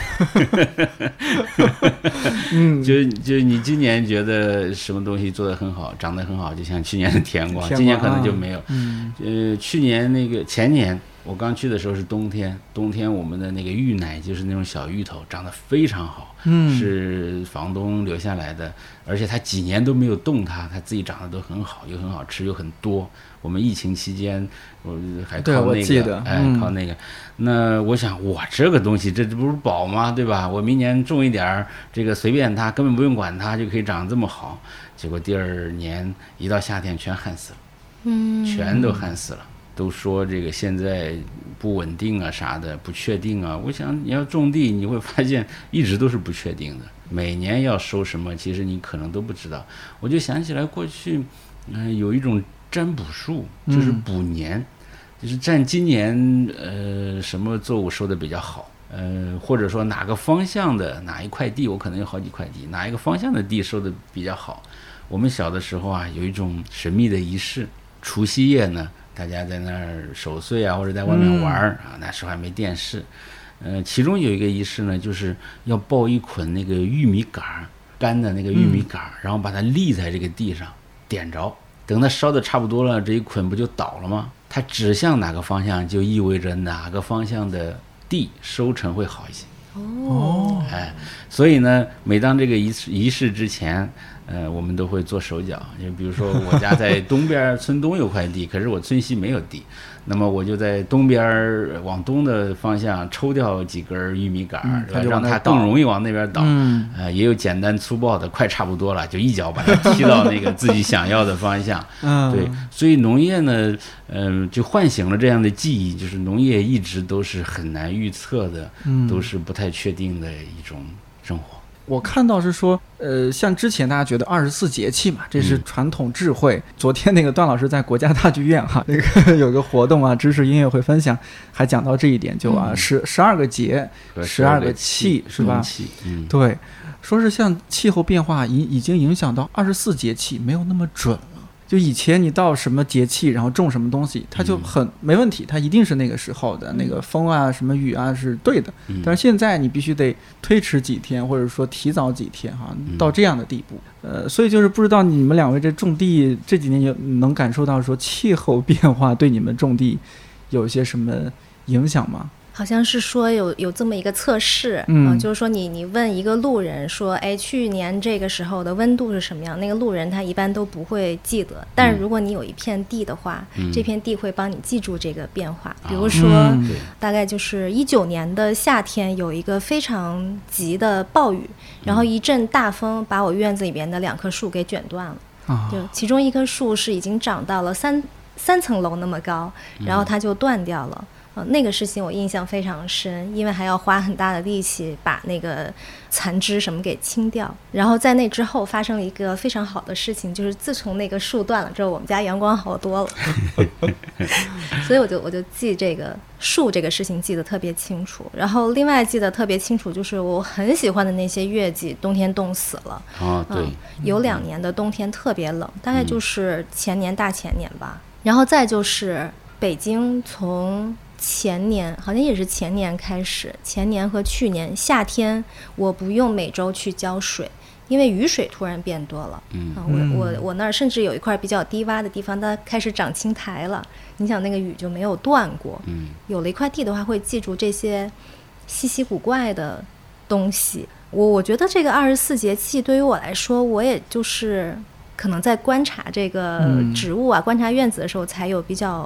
就你今年觉得什么东西做得很好，长得很好，就像去年的甜瓜，今年可能就没有。去年前年我刚去的时候是冬天我们的那个芋奶，就是那种小芋头，长得非常好，是房东留下来的，而且他几年都没有动它自己长得都很好，又很好吃又很多。我们疫情期间我还靠那个靠那个，那我想哇，这个东西这不是宝吗，对吧？我明年种一点这个，随便它，根本不用管它就可以长这么好。结果第2年一到夏天全旱死了，全都旱死了。都说这个现在不稳定啊啥的，不确定啊。我想你要种地，你会发现一直都是不确定的，每年要收什么其实你可能都不知道。我就想起来过去有一种占卜术，就是补年，就是占今年什么作物收的比较好，或者说哪个方向的哪一块地，我可能有好几块地，哪一个方向的地收的比较好。我们小的时候啊，有一种神秘的仪式，除夕夜呢，大家在那儿守岁啊，或者在外面玩啊，那时候还没电视。其中有一个仪式呢，就是要抱一捆那个玉米杆，干的那个玉米杆，然后把它立在这个地上，点着。等它烧的差不多了，这一捆不就倒了吗？它指向哪个方向，就意味着哪个方向的地收成会好一些。所以呢，每当这个仪式之前，我们都会做手脚。就比如说我家在东边，村东有块地，可是我村西没有地，那么我就在东边往东的方向抽掉几根玉米杆，让它更容易往那边倒。也有简单粗暴的，快差不多了，就一脚把它踢到那个自己想要的方向。对，所以农业呢，就唤醒了这样的记忆，就是农业一直都是很难预测的，都是不太确定的一种生活。 我看到是说，像之前大家觉得24节气嘛，这是传统智慧。昨天那个段老师在国家大剧院哈，那个有个活动啊，知识音乐会分享，还讲到这一点，就12个节，12个气是吧？对，说是像气候变化已经影响到24节气，没有那么准了。就以前你到什么节气，然后种什么东西，它就很没问题，它一定是那个时候的那个风啊、什么雨啊是对的。但是现在你必须得推迟几天，或者说提早几天哈，到这样的地步。所以就是不知道你们2位这种地这几年能感受到说气候变化对你们种地有一些什么影响吗？ 好像是说有这么一个测试，就是说你问一个路人说，哎，去年这个时候的温度是什么样？那个路人他一般都不会记得，但是如果你有一片地的话，这片地会帮你记住这个变化。比如说，大概就是19年的夏天有一个非常急的暴雨，然后一阵大风把我院子里边的2棵树给卷断了，就其中一棵树是已经长到了3层楼那么高，然后它就断掉了。那个事情我印象非常深，因为还要花很大的力气把那个残枝什么给清掉。然后在那之后发生了一个非常好的事情，就是自从那个树断了之后，我们家阳光好多了。所以我就记这个树这个事情记得特别清楚。然后另外记得特别清楚就是我很喜欢的那些月季，冬天冻死了。 对， 有2年的冬天特别冷，大概就是大前年吧。然后再就是北京从前年好像也是前年开始，前年和去年夏天我不用每周去浇水，因为雨水突然变多了。我那儿甚至有一块比较低洼的地方，它开始长青苔了。你想那个雨就没有断过。有了一块地的话，会记住这些稀奇古怪的东西。我觉得这个24节气对于我来说，我也就是可能在观察这个植物啊，观察院子的时候才有比较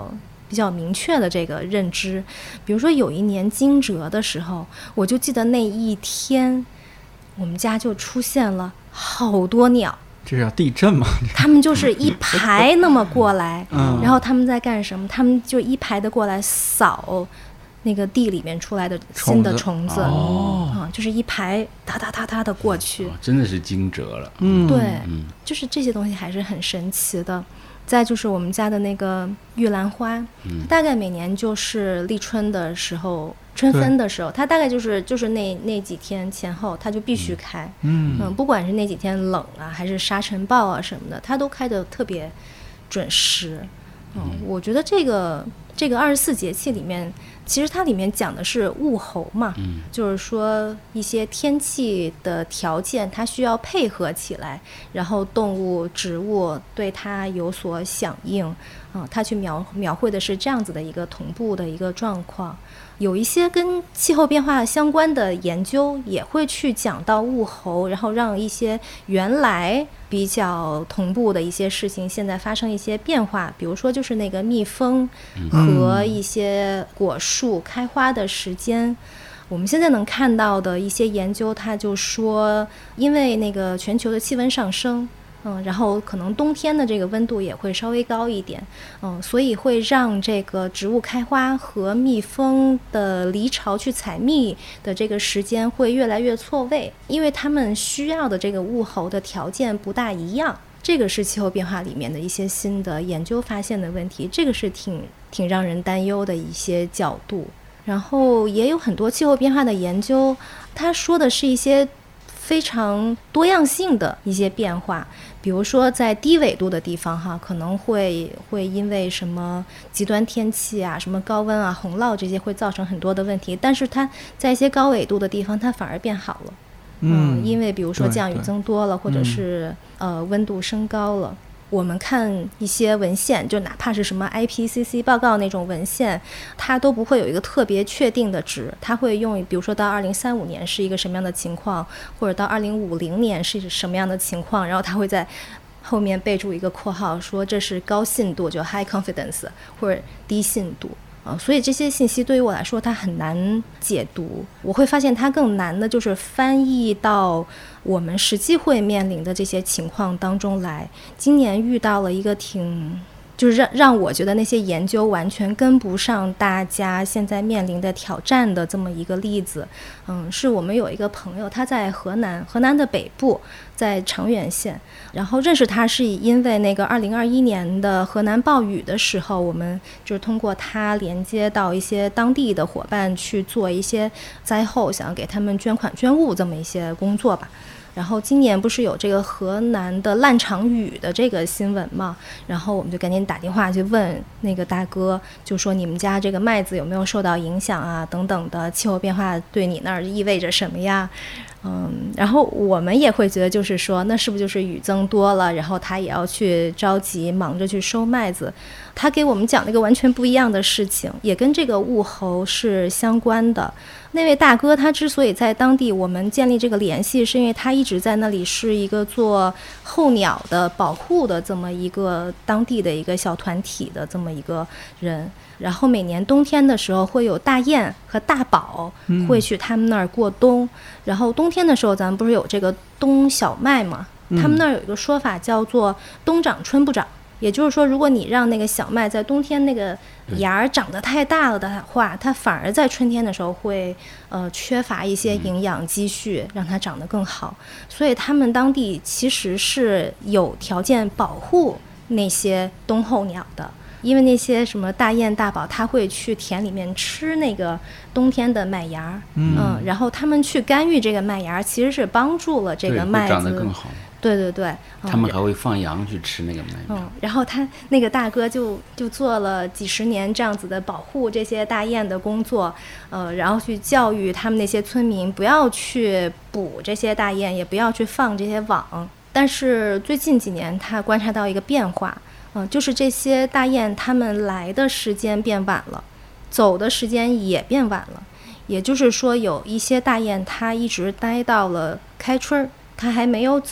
比较明确的这个认知。比如说有一年惊蛰的时候，我就记得那一天我们家就出现了好多鸟。 这是要地震吗？ 他们就是一排那么过来然后他们在干什么？他们就一排的过来扫那个地里面出来的新的虫子就是一排哒哒哒哒的过去真的是惊蛰了。 对就是这些东西还是很神奇的。再就是我们家的那个玉兰花大概每年就是立春的时候春分的时候，它大概就是那几天前后它就必须开不管是那几天冷啊还是沙尘暴啊什么的，它都开得特别准时我觉得这个24节气里面，其实它里面讲的是物候嘛就是说一些天气的条件它需要配合起来，然后动物植物对它有所响应它去描绘的是这样子的一个同步的一个状况。有一些跟气候变化相关的研究也会去讲到物候，然后让一些原来比较同步的一些事情现在发生一些变化。比如说就是那个蜜蜂和一些果树开花的时间我们现在能看到的一些研究，它就说因为那个全球的气温上升然后可能冬天的这个温度也会稍微高一点所以会让这个植物开花和蜜蜂的离巢去采蜜的这个时间会越来越错位，因为它们需要的这个物候的条件不大一样。这个是气候变化里面的一些新的研究发现的问题，这个是挺让人担忧的一些角度。然后也有很多气候变化的研究，它说的是一些非常多样性的一些变化。比如说在低纬度的地方可能会因为什么极端天气啊什么高温啊洪涝这些会造成很多的问题，但是它在一些高纬度的地方它反而变好了因为比如说降雨增多了或者是温度升高了。我们看一些文献，就哪怕是什么 IPCC 报告那种文献，它都不会有一个特别确定的值，它会用比如说到2035年是一个什么样的情况，或者到2050年是什么样的情况，然后它会在后面备注一个括号说这是高信度，就 high confidence 或者低信度所以这些信息对于我来说它很难解读。我会发现它更难的就是翻译到我们实际会面临的这些情况当中来。今年遇到了一个就是让我觉得那些研究完全跟不上大家现在面临的挑战的这么一个例子是我们有一个朋友，他在河南的北部，在长垣县，然后认识他是因为那个2021年的河南暴雨的时候，我们就是通过他连接到一些当地的伙伴去做一些灾后想要给他们捐款捐物这么一些工作吧。然后今年不是有这个河南的烂场雨的这个新闻嘛，然后我们就赶紧打电话去问那个大哥，就说你们家这个麦子有没有受到影响啊等等的，气候变化对你那儿意味着什么呀然后我们也会觉得就是说那是不是就是雨增多了，然后他也要去着急忙着去收麦子。他给我们讲了一个完全不一样的事情，也跟这个物候是相关的。那位大哥他之所以在当地我们建立这个联系，是因为他一直在那里是一个做候鸟的保护的这么一个当地的一个小团体的这么一个人。然后每年冬天的时候会有大雁和大宝会去他们那儿过冬然后冬天的时候咱们不是有这个冬小麦嘛他们那儿有一个说法叫做冬长春不长，也就是说如果你让那个小麦在冬天那个芽长得太大了的话，它反而在春天的时候会缺乏一些营养积蓄让它长得更好。所以他们当地其实是有条件保护那些冬候鸟的，因为那些什么大雁大宝它会去田里面吃那个冬天的麦芽然后他们去干预这个麦芽其实是帮助了这个麦子长得更好。 对他们还会放羊去吃那个麦苗然后他那个大哥就做了几十年这样子的保护这些大雁的工作然后去教育他们那些村民不要去捕这些大雁，也不要去放这些网。但是最近几年他观察到一个变化就是这些大雁它们来的时间变晚了，走的时间也变晚了。也就是说有一些大雁它一直待到了开春，它还没有走，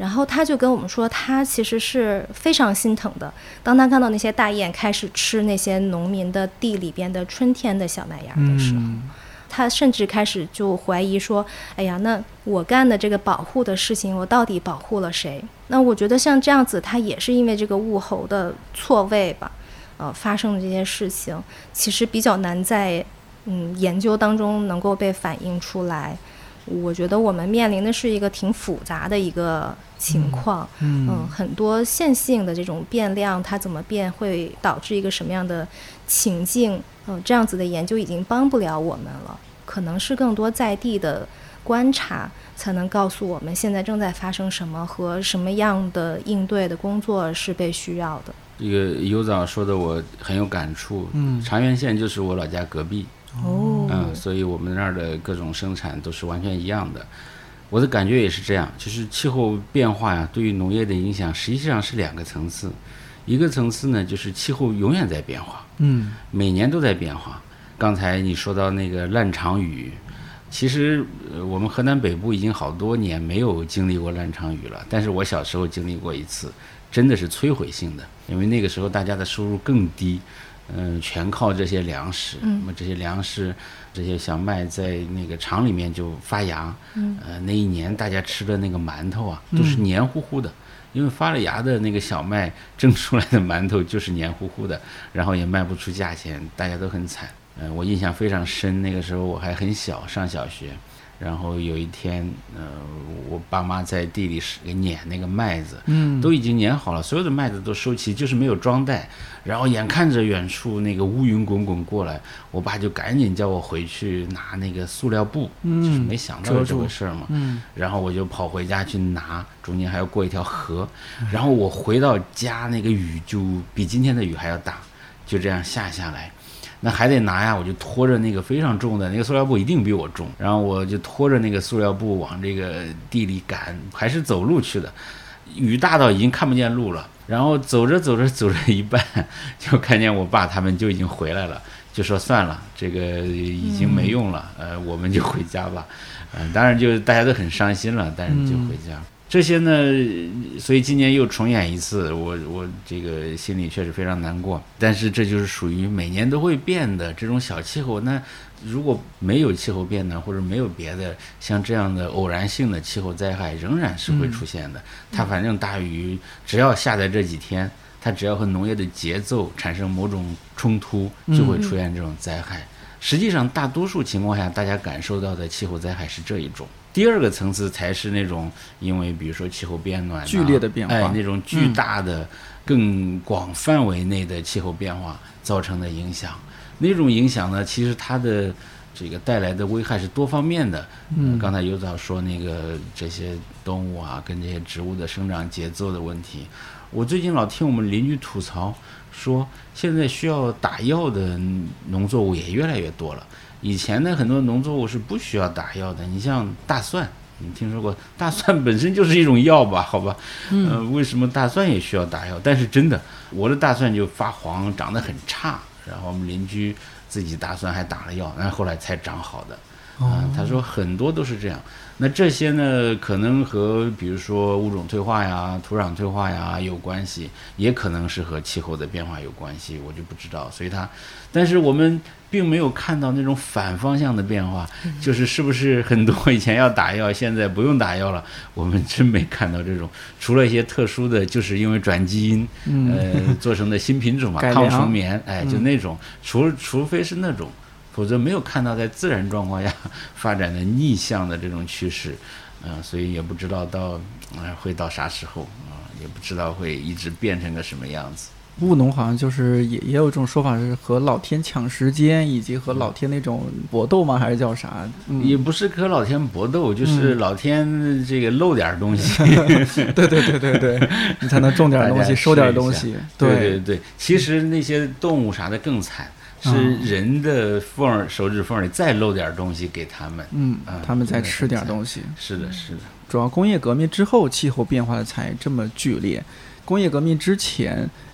然后他就跟我们说，他其实是非常心疼的。当他看到那些大雁开始吃那些农民的地里边的春天的小麦芽的时候，他甚至开始就怀疑说，哎呀，那我干的这个保护的事情，我到底保护了谁？那我觉得像这样子，他也是因为这个物候的错位吧，发生的这些事情，其实比较难在研究当中能够被反映出来。我觉得我们面临的是一个挺复杂的一个情况，很多线性的这种变量，它怎么变会导致一个什么样的情境，这样子的研究已经帮不了我们了，可能是更多在地的观察才能告诉我们现在正在发生什么和什么样的应对的工作是被需要的。 这个尤早说的我很有感触，长垣县就是我老家隔壁，所以我们那儿的各种生产都是完全一样的。我的感觉也是这样，就是气候变化呀，对于农业的影响实际上是两个层次。一个层次呢，就是气候永远在变化，每年都在变化。刚才你说到那个烂场雨，其实我们河南北部已经好多年没有经历过烂场雨了，但是我小时候经历过一次，真的是摧毁性的，因为那个时候大家的收入更低，全靠这些粮食，那么这些粮食，这些小麦在那个厂里面就发芽，那一年大家吃的那个馒头啊，都是黏糊糊的，因为发了芽的那个小麦蒸出来的馒头就是黏糊糊的，然后也卖不出价钱，大家都很惨。我印象非常深，那个时候我还很小，上小学。然后有一天，我爸妈在地里给碾那个麦子，都已经碾好了，所有的麦子都收齐，就是没有装袋。然后眼看着远处那个乌云滚滚过来，我爸就赶紧叫我回去拿那个塑料布，就是没想到这个事儿嘛。然后我就跑回家去拿，中间还要过一条河。然后我回到家，那个雨就比今天的雨还要大，就这样下来。那还得拿呀，我就拖着那个非常重的那个塑料布，一定比我重，然后我就拖着那个塑料布往这个地里赶，还是走路去的，雨大到已经看不见路了，然后走着一半，就看见我爸他们就已经回来了，就说算了，这个已经没用了，我们就回家吧，当然就大家都很伤心了，但是就回家。这些呢，所以今年又重演一次，我这个心里确实非常难过。但是这就是属于每年都会变的这种小气候。那如果没有气候变暖，或者没有别的像这样的偶然性的气候灾害，仍然是会出现的。它反正大雨只要下在这几天，它只要和农业的节奏产生某种冲突，就会出现这种灾害。实际上大多数情况下大家感受到的气候灾害是这一种。第二个层次才是那种因为比如说气候变暖剧烈的变化， 那种巨大的更广范围内的气候变化造成的影响。那种影响呢，其实它的这个带来的危害是多方面的。刚才尤早说那个这些动物啊跟这些植物的生长节奏的问题，我最近老听我们邻居吐槽说，现在需要打药的农作物也越来越多了。以前呢，很多农作物是不需要打药的，你像大蒜，你听说过？大蒜本身就是一种药吧？好吧，为什么大蒜也需要打药？但是真的，我的大蒜就发黄，长得很差，然后我们邻居自己大蒜还打了药，然后后来才长好的。他说很多都是这样。那这些呢，可能和比如说物种退化呀、土壤退化呀有关系，也可能是和气候的变化有关系，我就不知道。所以但是我们并没有看到那种反方向的变化，就是是不是很多以前要打药，现在不用打药了？我们真没看到这种，除了一些特殊的，就是因为转基因，做成的新品种嘛，抗虫棉，就那种，除非是那种。否则没有看到在自然状况下发展的逆向的这种趋势，所以也不知道会到啥时候也不知道会一直变成个什么样子。 务农好像就是也有一种说法是和老天抢时间，以及和老天那种搏斗吗？还是叫啥？ 也不是和老天搏斗，就是老天这个漏点东西。 对，你才能种点东西，收点东西。 对，其实那些动物啥的更惨。是人的手指缝里再漏点东西给他们， 他们再吃点东西。 是的。主要工业革命之后，气候变化才这么剧烈。工业革命之前，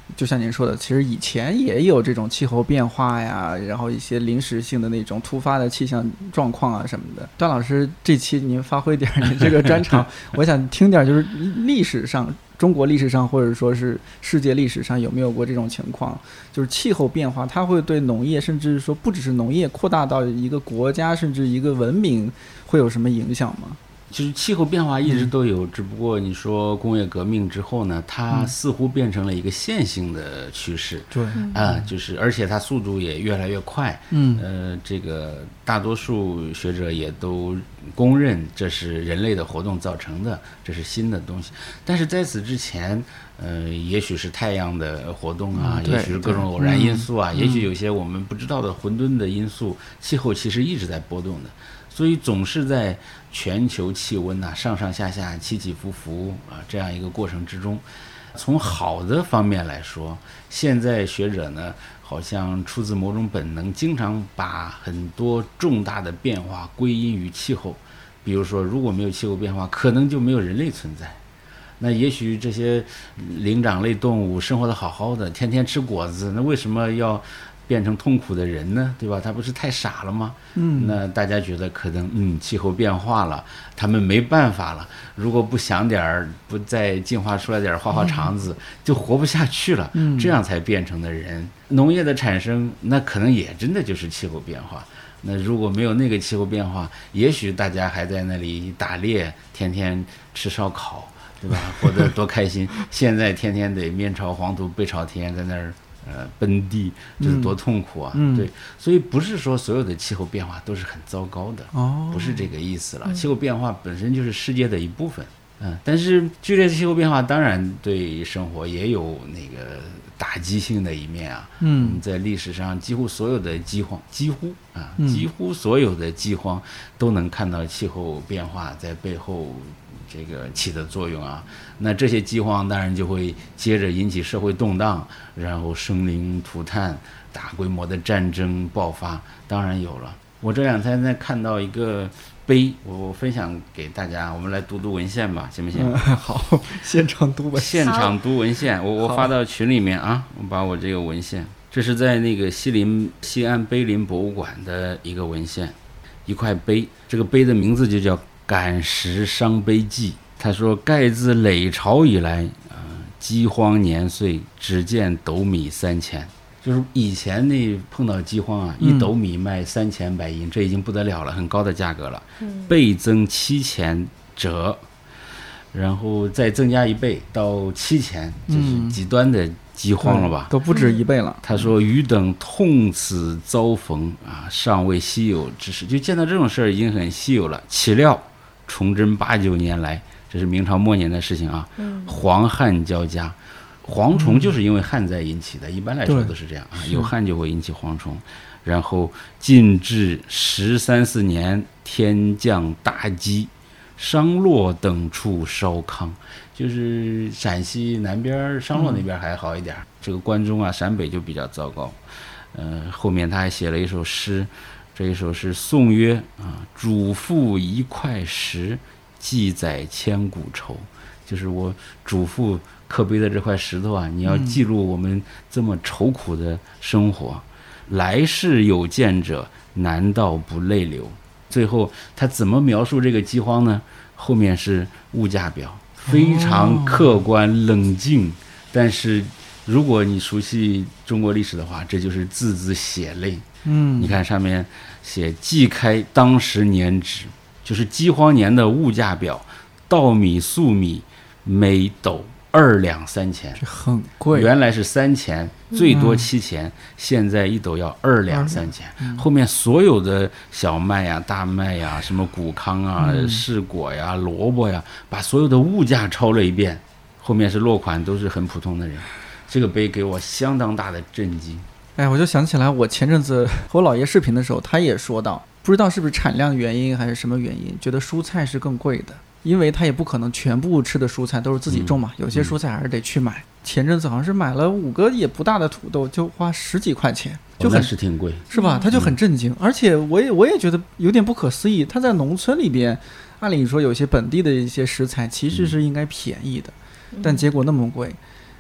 就像您说的，其实以前也有这种气候变化呀，然后一些临时性的那种突发的气象状况啊什么的。段老师，这期您发挥点您这个专长，我想听点就是历史上。中国历史上或者说是世界历史上有没有过这种情况，就是气候变化它会对农业，甚至说不只是农业，扩大到一个国家甚至一个文明会有什么影响吗？ 其实气候变化一直都有，只不过你说工业革命之后呢，它似乎变成了一个线性的趋势。 对， 就是而且它速度也越来越快。这个大多数学者也都公认这是人类的活动造成的，这是新的东西。但是在此之前，也许是太阳的活动啊，也许是各种偶然因素啊，也许有些我们不知道的混沌的因素，气候其实一直在波动的。所以总是在全球气温上上下下起起伏伏这样一个过程之中，从好的方面来说，现在学者呢好像出自某种本能，经常把很多重大的变化归因于气候。比如说如果没有气候变化，可能就没有人类存在，那也许这些灵长类动物生活得好好的，天天吃果子，那为什么要变成痛苦的人呢？对吧？他不是太傻了吗？那大家觉得可能气候变化了，他们没办法了，如果不想点，不再进化出来点花花肠子，就活不下去了，这样才变成的人。农业的产生，那可能也真的就是气候变化。那如果没有那个气候变化，也许大家还在那里打猎，天天吃烧烤，对吧？活得多开心。现在天天得面朝黄土背朝天，在那儿奔地，这是多痛苦啊！对，所以不是说所有的气候变化都是很糟糕的，不是这个意思了。气候变化本身就是世界的一部分，但是剧烈的气候变化当然对生活也有那个打击性的一面啊。在历史上几乎所有的饥荒，几乎所有的饥荒都能看到气候变化在背后这个起的作用啊。那这些饥荒当然就会接着引起社会动荡，然后生灵涂炭，大规模的战争爆发，当然有了。我这两天在看到一个碑，我分享给大家，我们来读读文献吧，行不行？ 好，现场读文献，我发到群里面啊，我把我这个文献，这是在那个西安碑林博物馆的一个文献，一块碑，这个碑的名字就叫感时伤悲记。他说盖自累朝以来，饥荒年岁，只见斗米3000。就是以前那碰到饥荒啊，一斗米卖3000白银，这已经不得了了，很高的价格了。倍增7000折，然后再增加1倍到7000，就是极端的饥荒了吧？ 都不止1倍了。 他说：“余等痛此遭逢尚未稀有之事，就见到这种事儿已经很稀有了。岂料崇祯89年来，这是明朝末年的事情啊。蝗旱交加。”蝗虫就是因为旱灾引起的，一般来说都是这样有旱就会引起蝗虫。然后近至13、14年，天降大饥，商洛等处烧糠，就是陕西南边商洛那边还好一点，这个关中陕北就比较糟糕。后面他还写了一首诗，这一首诗颂曰主父一块石，记载千古愁。就是我主父刻碑的这块石头你要记录我们这么愁苦的生活，来世有见者，难道不泪流？最后他怎么描述这个饥荒呢？后面是物价表，非常客观冷静，但是如果你熟悉中国历史的话，这就是字字血泪。你看上面写季开当时年值，就是饥荒年的物价表，稻米粟米每斗2两3钱， 这很贵。 原来是3钱，最多7钱，现在1斗要2两3钱。后面所有的小麦呀、大麦呀、什么谷糠啊、柿果呀、萝卜呀，把所有的物价抄了一遍。后面是落款，都是很普通的人。这个碑给我相当大的震惊。 我就想起来，我前阵子和我姥爷视频的时候，他也说到，不知道是不是产量原因还是什么原因，觉得蔬菜是更贵的。因为他也不可能全部吃的蔬菜都是自己种嘛，有些蔬菜还是得去买。前阵子好像是买了5个也不大的土豆，就花10几块钱，就很是挺贵， 是吧？他就很震惊，而且我也觉得有点不可思议。他在农村里边，按理说有些本地的一些食材其实是应该便宜的，但结果那么贵。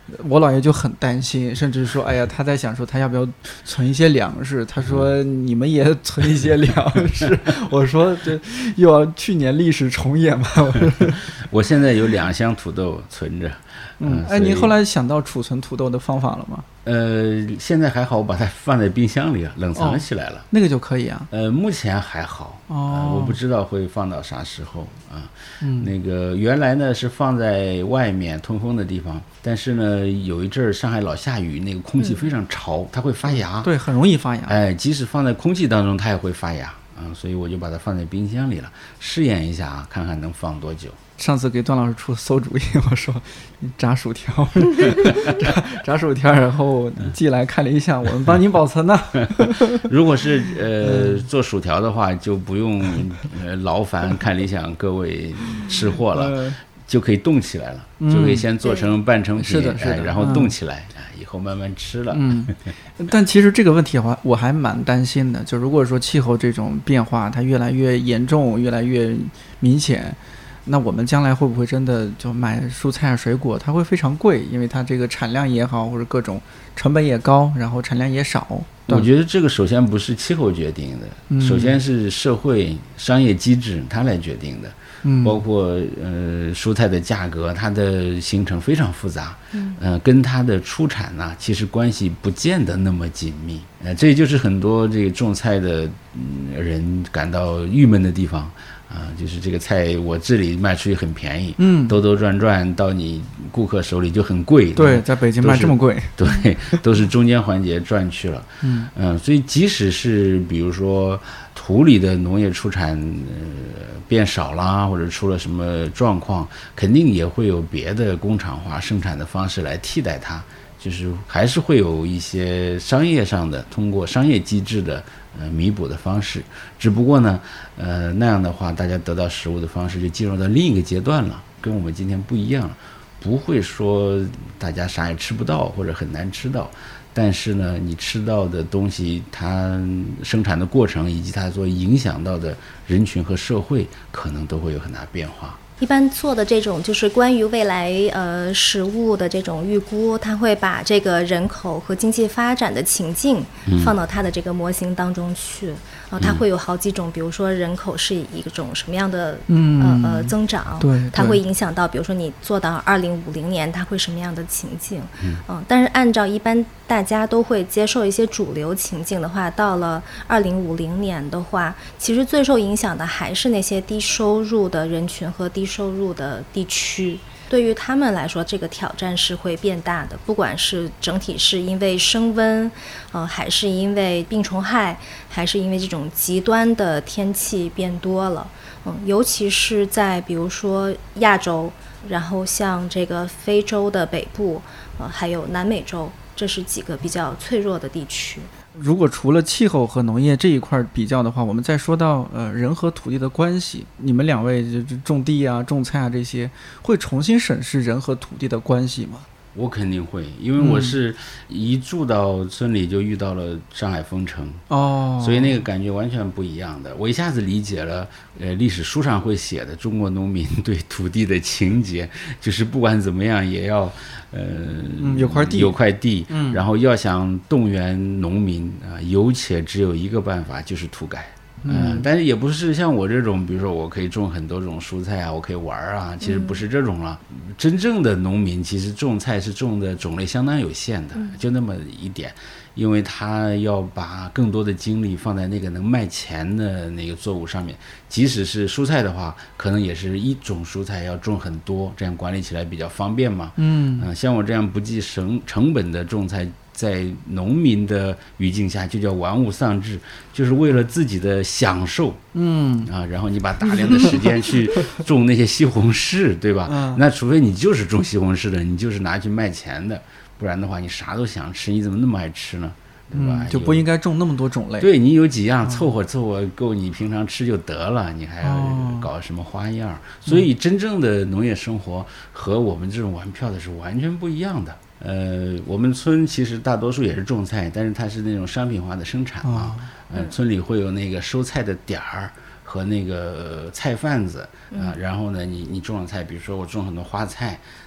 我姥爷就很担心，甚至说，哎呀，他在想说他要不要存一些粮食。他说你们也存一些粮食。我说这又要去年历史重演嘛。 我现在有2箱土豆存着。 您后来想到储存土豆的方法了吗？ 现在还好，我把它放在冰箱里冷藏起来了。 那个就可以啊。 目前还好。我不知道会放到啥时候啊。那个原来呢是放在外面通风的地方，但是呢有一阵儿上海老下雨，那个空气非常潮，它会发芽。 对，很容易发芽。 即使放在空气当中，它也会发芽所以我就把它放在冰箱里了，试验一下看看能放多久。 上次给段老师出馊主意，我说你炸薯条，炸薯条，然后寄来看了一下，我们帮您保存呢。 如果是做薯条的话，就不用劳烦看理想各位吃货了，就可以冻起来了，就可以先做成半成品， 是的， 然后冻起来，以后慢慢吃了。 但其实这个问题的话，我还蛮担心的，就如果说气候这种变化它越来越严重，越来越明显，那我们将来会不会真的就买蔬菜水果它会非常贵，因为它这个产量也好，或者各种成本也高，然后产量也少。 我觉得这个首先不是气候决定的，首先是社会商业机制它来决定的。包括蔬菜的价格，它的形成非常复杂，跟它的出产呢其实关系不见得那么紧密，这就是很多这个种菜的人感到郁闷的地方就是这个菜我这里卖出去很便宜，兜兜转转到你顾客手里就很贵。 对，在北京卖这么贵， 对，都是中间环节赚去了。所以即使是比如说土里的农业出产变少啦，或者出了什么状况，肯定也会有别的工厂化生产的方式来替代它，就是还是会有一些商业上的通过商业机制的弥补的方式，只不过呢那样的话大家得到食物的方式就进入到另一个阶段了，跟我们今天不一样了，不会说大家啥也吃不到或者很难吃到，但是呢你吃到的东西它生产的过程以及它所影响到的人群和社会可能都会有很大变化。 一般做的这种就是关于未来食物的这种预估，它会把这个人口和经济发展的情境放到它的这个模型当中去，它会有好几种，比如说人口是一种什么样的增长， 对， 它会影响到比如说你做到2050年它会什么样的情境，但是按照一般大家都会接受一些主流情境的话，到了2050年的话，其实最受影响的还是那些低收入的人群和低收入的地区。对于他们来说，这个挑战是会变大的，不管是整体是因为升温，还是因为病虫害，还是因为这种极端的天气变多了，尤其是在比如说亚洲，然后像这个非洲的北部，还有南美洲，这是几个比较脆弱的地区。 如果除了气候和农业这一块比较的话，我们再说到人和土地的关系，你们两位就种地啊、种菜啊这些，会重新审视人和土地的关系吗？ 我肯定会，因为我是一住到村里就遇到了上海封城，所以那个感觉完全不一样的。我一下子理解了历史书上会写的中国农民对土地的情结，就是不管怎么样也要有块地，然后要想动员农民有且只有一个办法，就是土改。但是也不是像我这种，比如说我可以种很多种蔬菜啊，我可以玩啊，其实不是这种了。真正的农民其实种菜是种的种类相当有限的，就那么一点，因为他要把更多的精力放在那个能卖钱的那个作物上面。即使是蔬菜的话，可能也是一种蔬菜要种很多，这样管理起来比较方便嘛。像我这样不计成本的种菜，在农民的语境下就叫玩物丧志，就是为了自己的享受，然后你把大量的时间去种那些西红柿，对吧？那除非你就是种西红柿的，你就是拿去卖钱的，不然的话你啥都想吃，你怎么那么爱吃呢？对吧？ 就不应该种那么多种类。 对，你有几样凑合够你平常吃就得了，你还要搞什么花样？所以真正的农业生活和我们这种玩票的是完全不一样的。我们村其实大多数也是种菜，但是它是那种商品化的生产嘛。村里会有那个收菜的点儿和那个菜贩子然后呢，你种了菜，比如说我种很多花菜，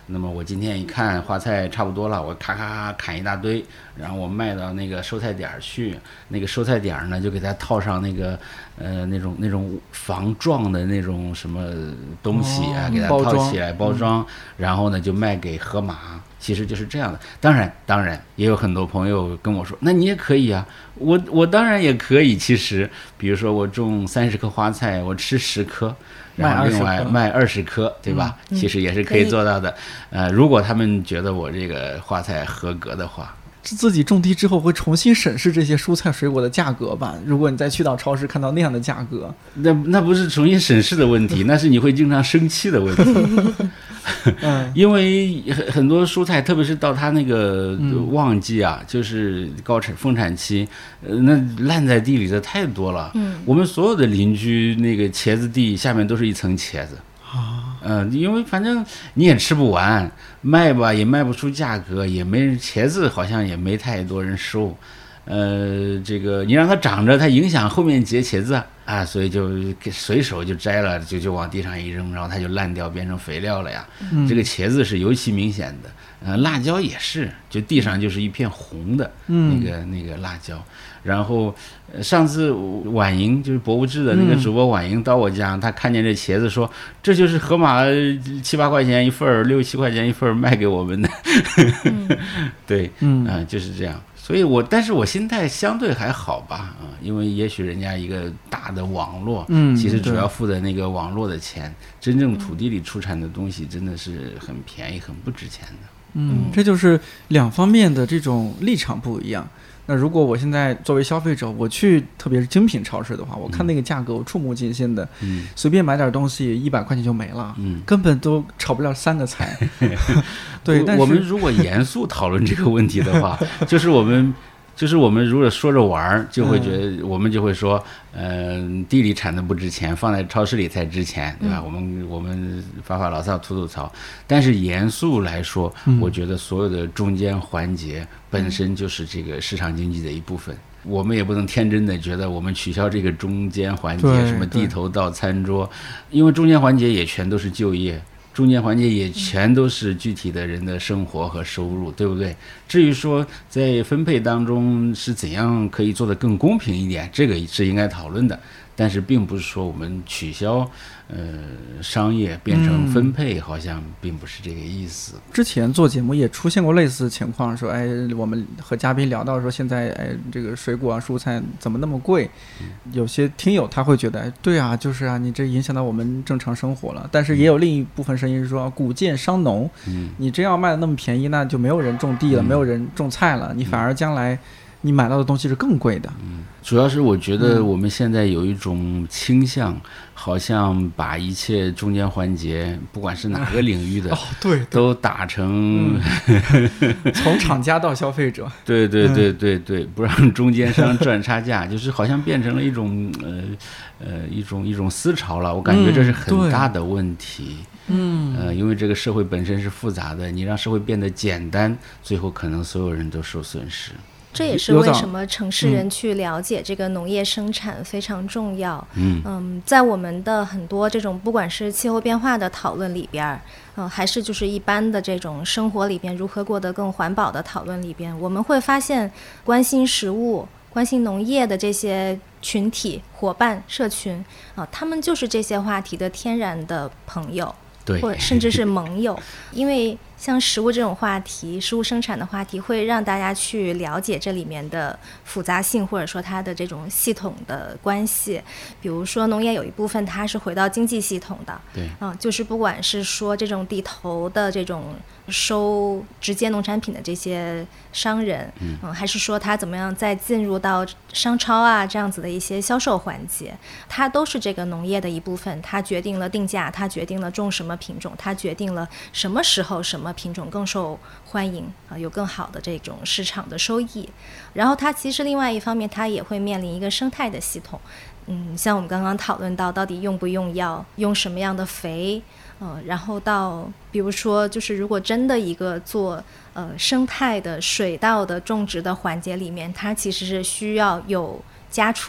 那么我今天一看花菜差不多了，我咔咔咔砍一大堆，然后我卖到那个收菜点去，那个收菜点呢就给它套上那个那种防撞的那种什么东西啊，给它套起来包装，然后呢就卖给盒马。其实就是这样的。当然也有很多朋友跟我说，那你也可以啊。我当然也可以。其实比如说我种30颗花菜，我吃10颗，然后另外卖20颗，对吧？其实也是可以做到的。如果他们觉得我这个花菜合格的话， 自己种地之后会重新审视这些蔬菜水果的价格吧？如果你再去到超市看到那样的价格， 那不是重新审视的问题，那是你会经常生气的问题。因为很多蔬菜，特别是到它那个旺季啊，就是丰产期，那烂在地里的太多了。我们所有的邻居那个茄子地下面都是一层茄子。因为反正你也吃不完，卖吧也卖不出价格，也没人，茄子好像也没太多人收。这个你让它长着，它影响后面结茄子啊，所以就随手就摘了，就往地上一扔，然后它就烂掉，变成肥料了呀。这个茄子是尤其明显的，辣椒也是，就地上就是一片红的那个辣椒。然后上次婉莹就是博物志的那个主播婉莹到我家，他看见这茄子说，这就是盒马7、8块钱一份，6、7块钱一份卖给我们的。对，就是这样。所以但是我心态相对还好吧，因为也许人家一个大的网络，其实主要付的那个网络的钱，真正土地里出产的东西真的是很便宜、很不值钱的。 这就是两方面的这种立场不一样。那如果我现在作为消费者，我去特别是精品超市的话，我看那个价格我触目惊心的，随便买点东西100块钱就没了，根本都炒不了3个菜。对，但是我们如果严肃讨论这个问题的话，就是我们如果说着玩，就会觉得我们就会说，地里产的不值钱，放在超市里才值钱，对吧？我们发发牢骚、吐槽。但是严肃来说，我觉得所有的中间环节本身就是这个市场经济的一部分。我们也不能天真的觉得我们取消这个中间环节，什么地头到餐桌，因为中间环节也全都是就业。中间环节也全都是具体的人的生活和收入，对不对？至于说在分配当中是怎样可以做得更公平一点，这个是应该讨论的。但是并不是说我们取消商业变成分配，好像并不是这个意思。 之前做节目也出现过类似情况，说我们和嘉宾聊到说现在这个水果啊蔬菜怎么那么贵，有些听友他会觉得对啊，就是啊，你这影响到我们正常生活了。但是也有另一部分声音是说谷贱伤农，你真要卖的那么便宜，那就没有人种地了，没有人种菜了，你反而将来你买到的东西是更贵的。 主要是我觉得我们现在有一种倾向，好像把一切中间环节，不管是哪个领域的， 对， 都打成从厂家到消费者， 对，不让中间商赚差价，就是好像变成了一种一种思潮了。我感觉这是很大的问题。因为这个社会本身是复杂的，你让社会变得简单，最后可能所有人都受损失。 这也是为什么城市人去了解这个农业生产非常重要。在我们的很多这种不管是气候变化的讨论里边，还是就是一般的这种生活里边如何过得更环保的讨论里边，我们会发现关心食物、关心农业的这些群体、伙伴、社群他们就是这些话题的天然的朋友，或者甚至是盟友。因为像食物这种话题，食物生产的话题会让大家去了解这里面的复杂性，或者说它的这种系统的关系。比如说农业有一部分它是回到经济系统的，就是不管是说这种地头的这种收直接农产品的这些商人，还是说他怎么样再进入到商超啊这样子的一些销售环节，它都是这个农业的一部分。它决定了定价，它决定了种什么品种，它决定了什么时候什么品种更受欢迎有更好的这种市场的收益。然后它其实另外一方面，它也会面临一个生态的系统。像我们刚刚讨论到底用不用药，用什么样的肥，然后到比如说就是如果真的一个做生态的水稻的种植的环节里面，它其实是需要有家畜的。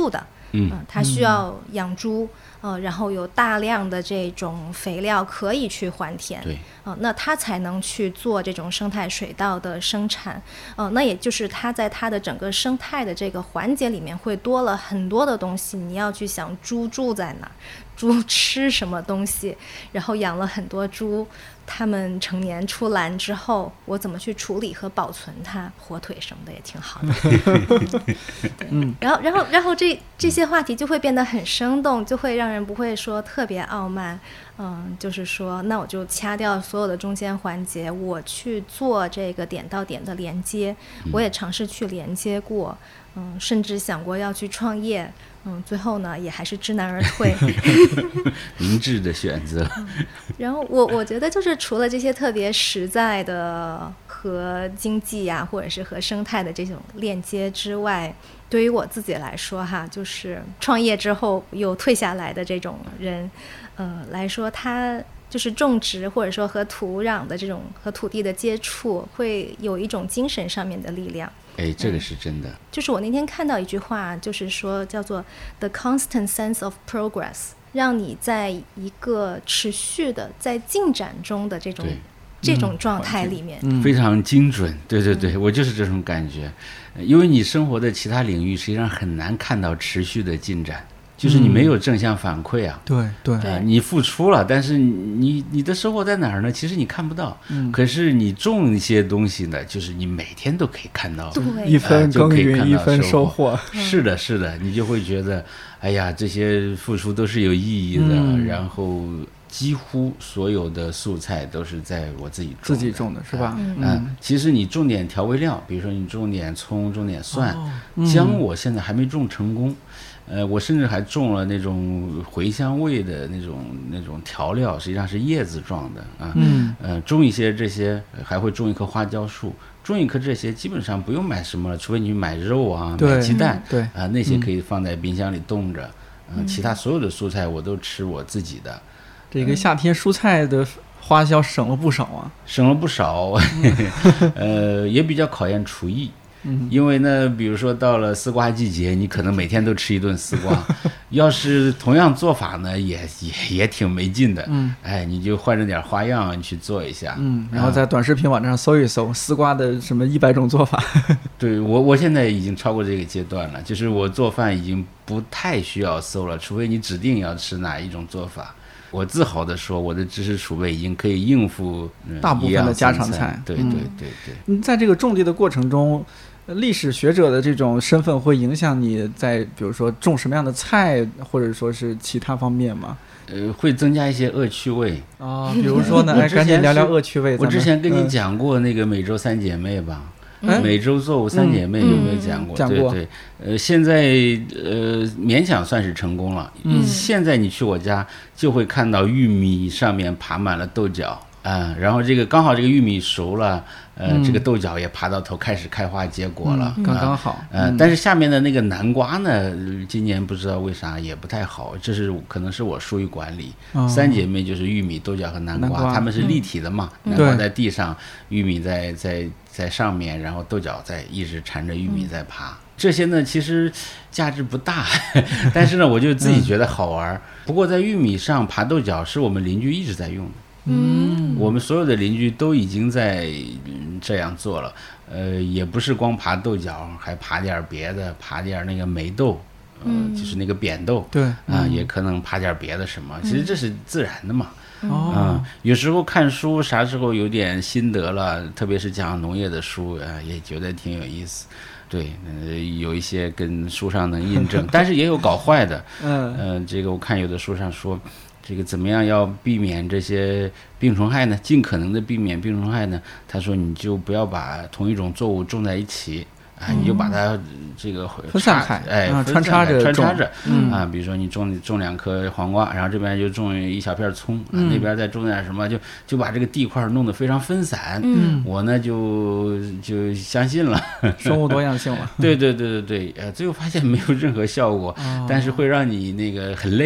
它需要养猪，然后有大量的这种肥料可以去还田， 对， 那它才能去做这种生态水稻的生产，那也就是它在它的整个生态的这个环节里面会多了很多的东西，你要去想猪住在哪儿，猪吃什么东西，然后养了很多猪，它们成年出栏之后，我怎么去处理和保存它，火腿什么的也挺好的。然后这些话题就会变得很生动，就会让人不会说特别傲慢，就是说那我就掐掉所有的中间环节，我去做这个点到点的连接，我也尝试去连接过，甚至想过要去创业，最后呢也还是知难而退。 明智的选择。 然后我觉得就是除了这些特别实在的和经济呀，或者是和生态的这种链接之外，对于我自己来说哈，就是创业之后又退下来的这种人，来说，他就是种植或者说和土壤的这种和土地的接触，会有一种精神上面的力量。 这个是真的。 就是我那天看到一句话，就是说叫做 The constant sense of progress， 让你在一个持续的在进展中的这种状态里面， 非常精准。对对对，我就是这种感觉。因为你生活的其他领域实际上很难看到持续的进展，就是你没有正向反馈啊。 对对， 你付出了，但是你的收获在哪儿呢？其实你看不到。可是你种一些东西呢，就是你每天都可以看到。 对， 一分耕耘一分收获。 是的，是的，你就会觉得，哎呀，这些付出都是有意义的。然后几乎所有的素菜都是在我自己种的， 是吧？ 其实你种点调味料，比如说你种点葱，种点蒜，姜我现在还没种成功。我甚至还种了那种茴香味的那种调料，实际上是叶子状的啊。种一些这些，还会种一棵花椒树，种一棵这些基本上不用买什么了，除非你买肉啊、买鸡蛋， 对啊，那些可以放在冰箱里冻着。其他所有的蔬菜我都吃我自己的。 这个夏天蔬菜的花销省了不少啊， 省了不少。也比较考验厨艺。因为呢，比如说到了丝瓜季节，你可能每天都吃一顿丝瓜，要是同样做法呢，也挺没劲的。你就换着点花样你去做一下。 然后在短视频网站上搜一搜丝瓜的什么100种做法。 对，我现在已经超过这个阶段了，就是我做饭已经不太需要搜了，除非你指定要吃哪一种做法。我自豪地说，我的知识储备已经可以应付大部分的家常菜。 对对对对。 在这个种地的过程中，历史学者的这种身份会影响你在比如说种什么样的菜，或者说是其他方面吗？ 会增加一些恶趣味啊。比如说呢，赶紧聊聊恶趣味。 我之前跟你讲过那个美洲三姐妹吧。美洲作物三姐妹有没有讲过？ 讲过。 对对，现在勉强算是成功了。现在你去我家就会看到玉米上面爬满了豆角啊，然后这个刚好这个玉米熟了，这个豆角也爬到头开始开花结果了， 刚刚好。 但是下面的那个南瓜呢，今年不知道为啥也不太好，这是可能是我疏于管理。三姐妹就是玉米、豆角和南瓜，它们是立体的嘛，南瓜在地上，玉米在上面，然后豆角在一直缠着玉米在爬。这些呢其实价值不大，但是呢我就自己觉得好玩。不过在玉米上爬豆角是我们邻居一直在用的。我们所有的邻居都已经在这样做了。也不是光爬豆角，还爬点别的，爬点那个霉豆，就是那个扁豆。 对啊，也可能爬点别的什么。其实这是自然的嘛。有时候看书啥时候有点心得了，特别是讲农业的书也觉得挺有意思。对，有一些跟书上能印证，但是也有搞坏的。这个我看有的书上说，这个怎么样要避免这些病虫害呢？尽可能的避免病虫害呢？他说你就不要把同一种作物种在一起。你就把它这个分散开，穿插着比如说你种2颗黄瓜，然后这边就种一小片葱，那边再种点什么，就把这个地块弄得非常分散。我呢就相信了生物多样性了。 对，最后发现没有任何效果，但是会让你那个很累。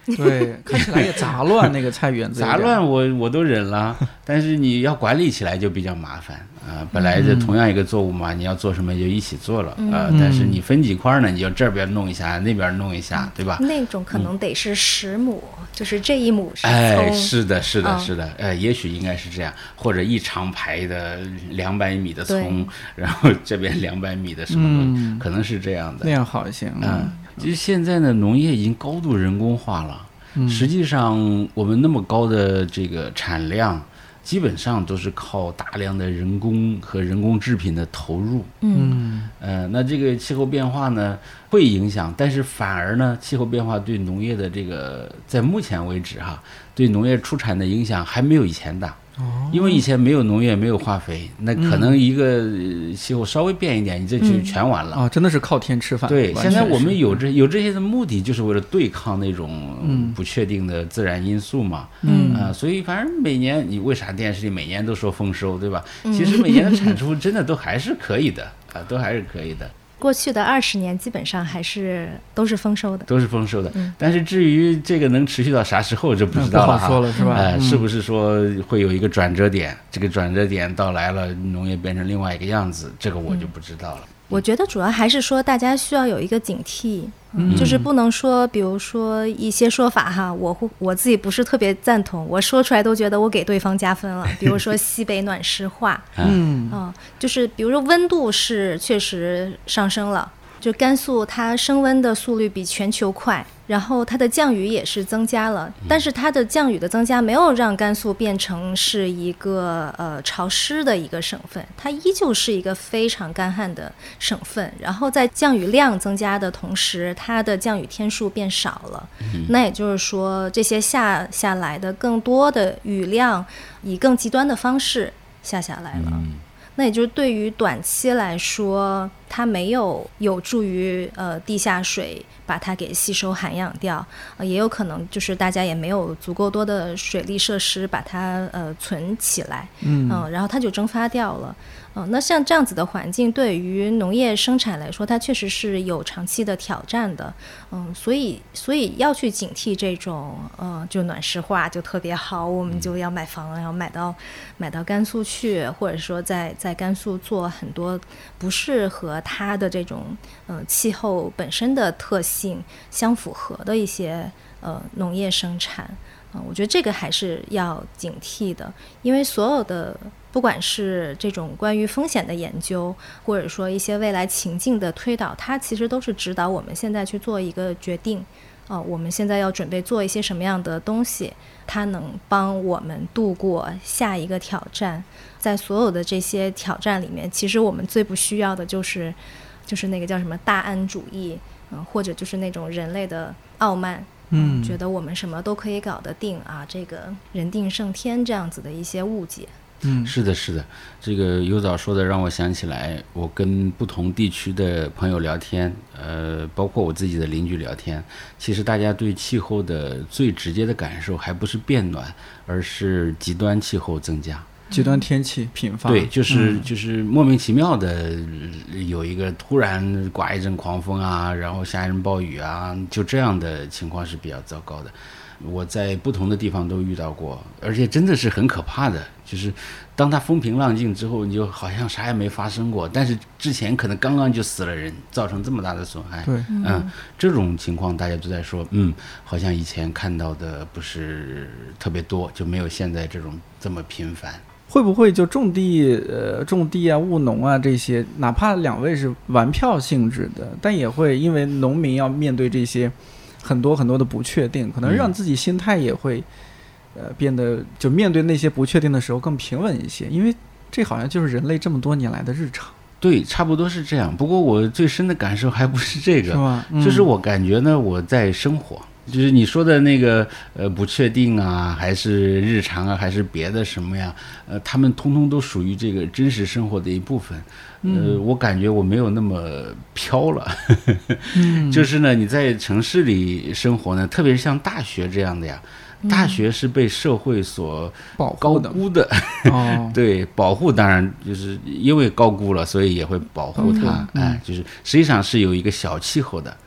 对，看起来也杂乱，那个菜园子杂乱我都忍了，但是你要管理起来就比较麻烦啊。本来这同样一个作物嘛，你要做什么就一起做了啊，但是你分几块呢，你就这边弄一下，那边弄一下，对吧？ 那种可能得是10亩，就是这一亩是葱。 是的，也许应该是这样，或者一长排的200米的葱，然后这边200米的什么东西，可能是这样的， 那样好一些。 其实现在呢，农业已经高度人工化了。实际上，我们那么高的这个产量，基本上都是靠大量的人工和人工制品的投入。那这个气候变化呢会影响，但是反而呢，气候变化对农业的这个，在目前为止对农业出产的影响还没有以前大。因为以前没有农业，没有化肥，那可能一个气候稍微变一点，你这就全完了真的是靠天吃饭。 对，现在我们有这些的目的，就是为了对抗那种不确定的自然因素嘛。所以反正每年，你为啥电视里每年都说丰收，对吧？其实每年的产出真的都还是可以的都还是可以的。 过去的20年基本上都是丰收的， 但是至于这个能持续到啥时候就不知道了不好说了，是吧？ 是不是说会有一个转折点？这个转折点到来了，农业变成另外一个样子，这个我就不知道了。 我觉得主要还是说大家需要有一个警惕，就是不能说，比如说一些说法我自己不是特别赞同，我说出来都觉得我给对方加分了。比如说西北暖湿化，就是比如说温度是确实上升了，就甘肃它升温的速率比全球快，然后它的降雨也是增加了，但是它的降雨的增加没有让甘肃变成是一个潮湿的一个省份，它依旧是一个非常干旱的省份。然后在降雨量增加的同时，它的降雨天数变少了，那也就是说这些下来的更多的雨量以更极端的方式下来了。那也就是对于短期来说，它没有助于地下水把它给吸收涵养掉，也有可能就是大家也没有足够多的水利设施把它存起来，然后它就蒸发掉了。那像这样子的环境对于农业生产来说，它确实是有长期的挑战的。所以要去警惕这种就暖湿化就特别好，我们就要买房，然后买到甘肃去，或者说在甘肃做很多不是和它的这种气候本身的特性相符合的一些农业生产。我觉得这个还是要警惕的，因为所有的不管是这种关于风险的研究，或者说一些未来情境的推导，它其实都是指导我们现在去做一个决定。我们现在要准备做一些什么样的东西，它能帮我们度过下一个挑战。在所有的这些挑战里面，其实我们最不需要的就是那个叫什么大安主义，或者就是那种人类的傲慢。觉得我们什么都可以搞得定这个人定胜天这样子的一些误解。 是的，这个尤早说的让我想起来，我跟不同地区的朋友聊天，包括我自己的邻居聊天，其实大家对气候的最直接的感受还不是变暖，而是极端气候增加。 极端天气频发， 对，就是莫名其妙的有一个突然刮一阵狂风然后下一阵暴雨就这样的情况是比较糟糕的。我在不同的地方都遇到过，而且真的是很可怕的，就是当它风平浪静之后，你就好像啥也没发生过，但是之前可能刚刚就死了人，造成这么大的损害。 对， 这种情况大家都在说，好像以前看到的不是特别多，就没有现在这种这么频繁。 会不会就种地务农这些，哪怕两位是玩票性质的，但也会因为农民要面对这些很多很多的不确定，可能让自己心态也会变得就面对那些不确定的时候更平稳一些，因为这好像就是人类这么多年来的日常。 对，差不多是这样。不过我最深的感受还不是这个， 是吗？ 就是我感觉呢，我在生活。就是你说的那个不确定还是日常还是别的什么呀？他们通通都属于这个真实生活的一部分。我感觉我没有那么飘了。就是呢，你在城市里生活呢，特别是像大学这样的呀，大学是被社会所高估的。对，保护当然就是因为高估了，所以也会保护它。就是实际上是有一个小气候的。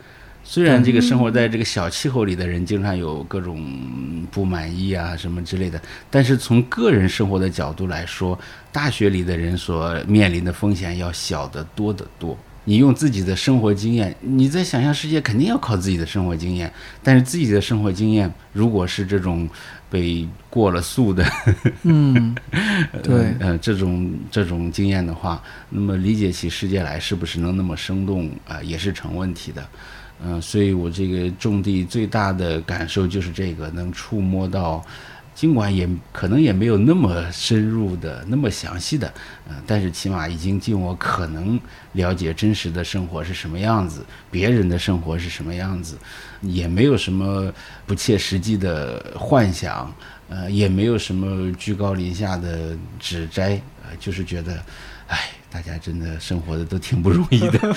虽然这个生活在这个小气候里的人经常有各种不满意啊什么之类的，但是从个人生活的角度来说，大学里的人所面临的风险要小得多得多。你用自己的生活经验，你在想象世界肯定要靠自己的生活经验，但是自己的生活经验如果是这种被过了速的对这种经验的话，那么理解起世界来是不是能那么生动也是成问题的。所以我这个种地最大的感受就是这个能触摸到，尽管也可能也没有那么深入的那么详细的但是起码已经尽我可能了解真实的生活是什么样子，别人的生活是什么样子，也没有什么不切实际的幻想也没有什么居高临下的指摘就是觉得大家真的生活的都挺不容易的。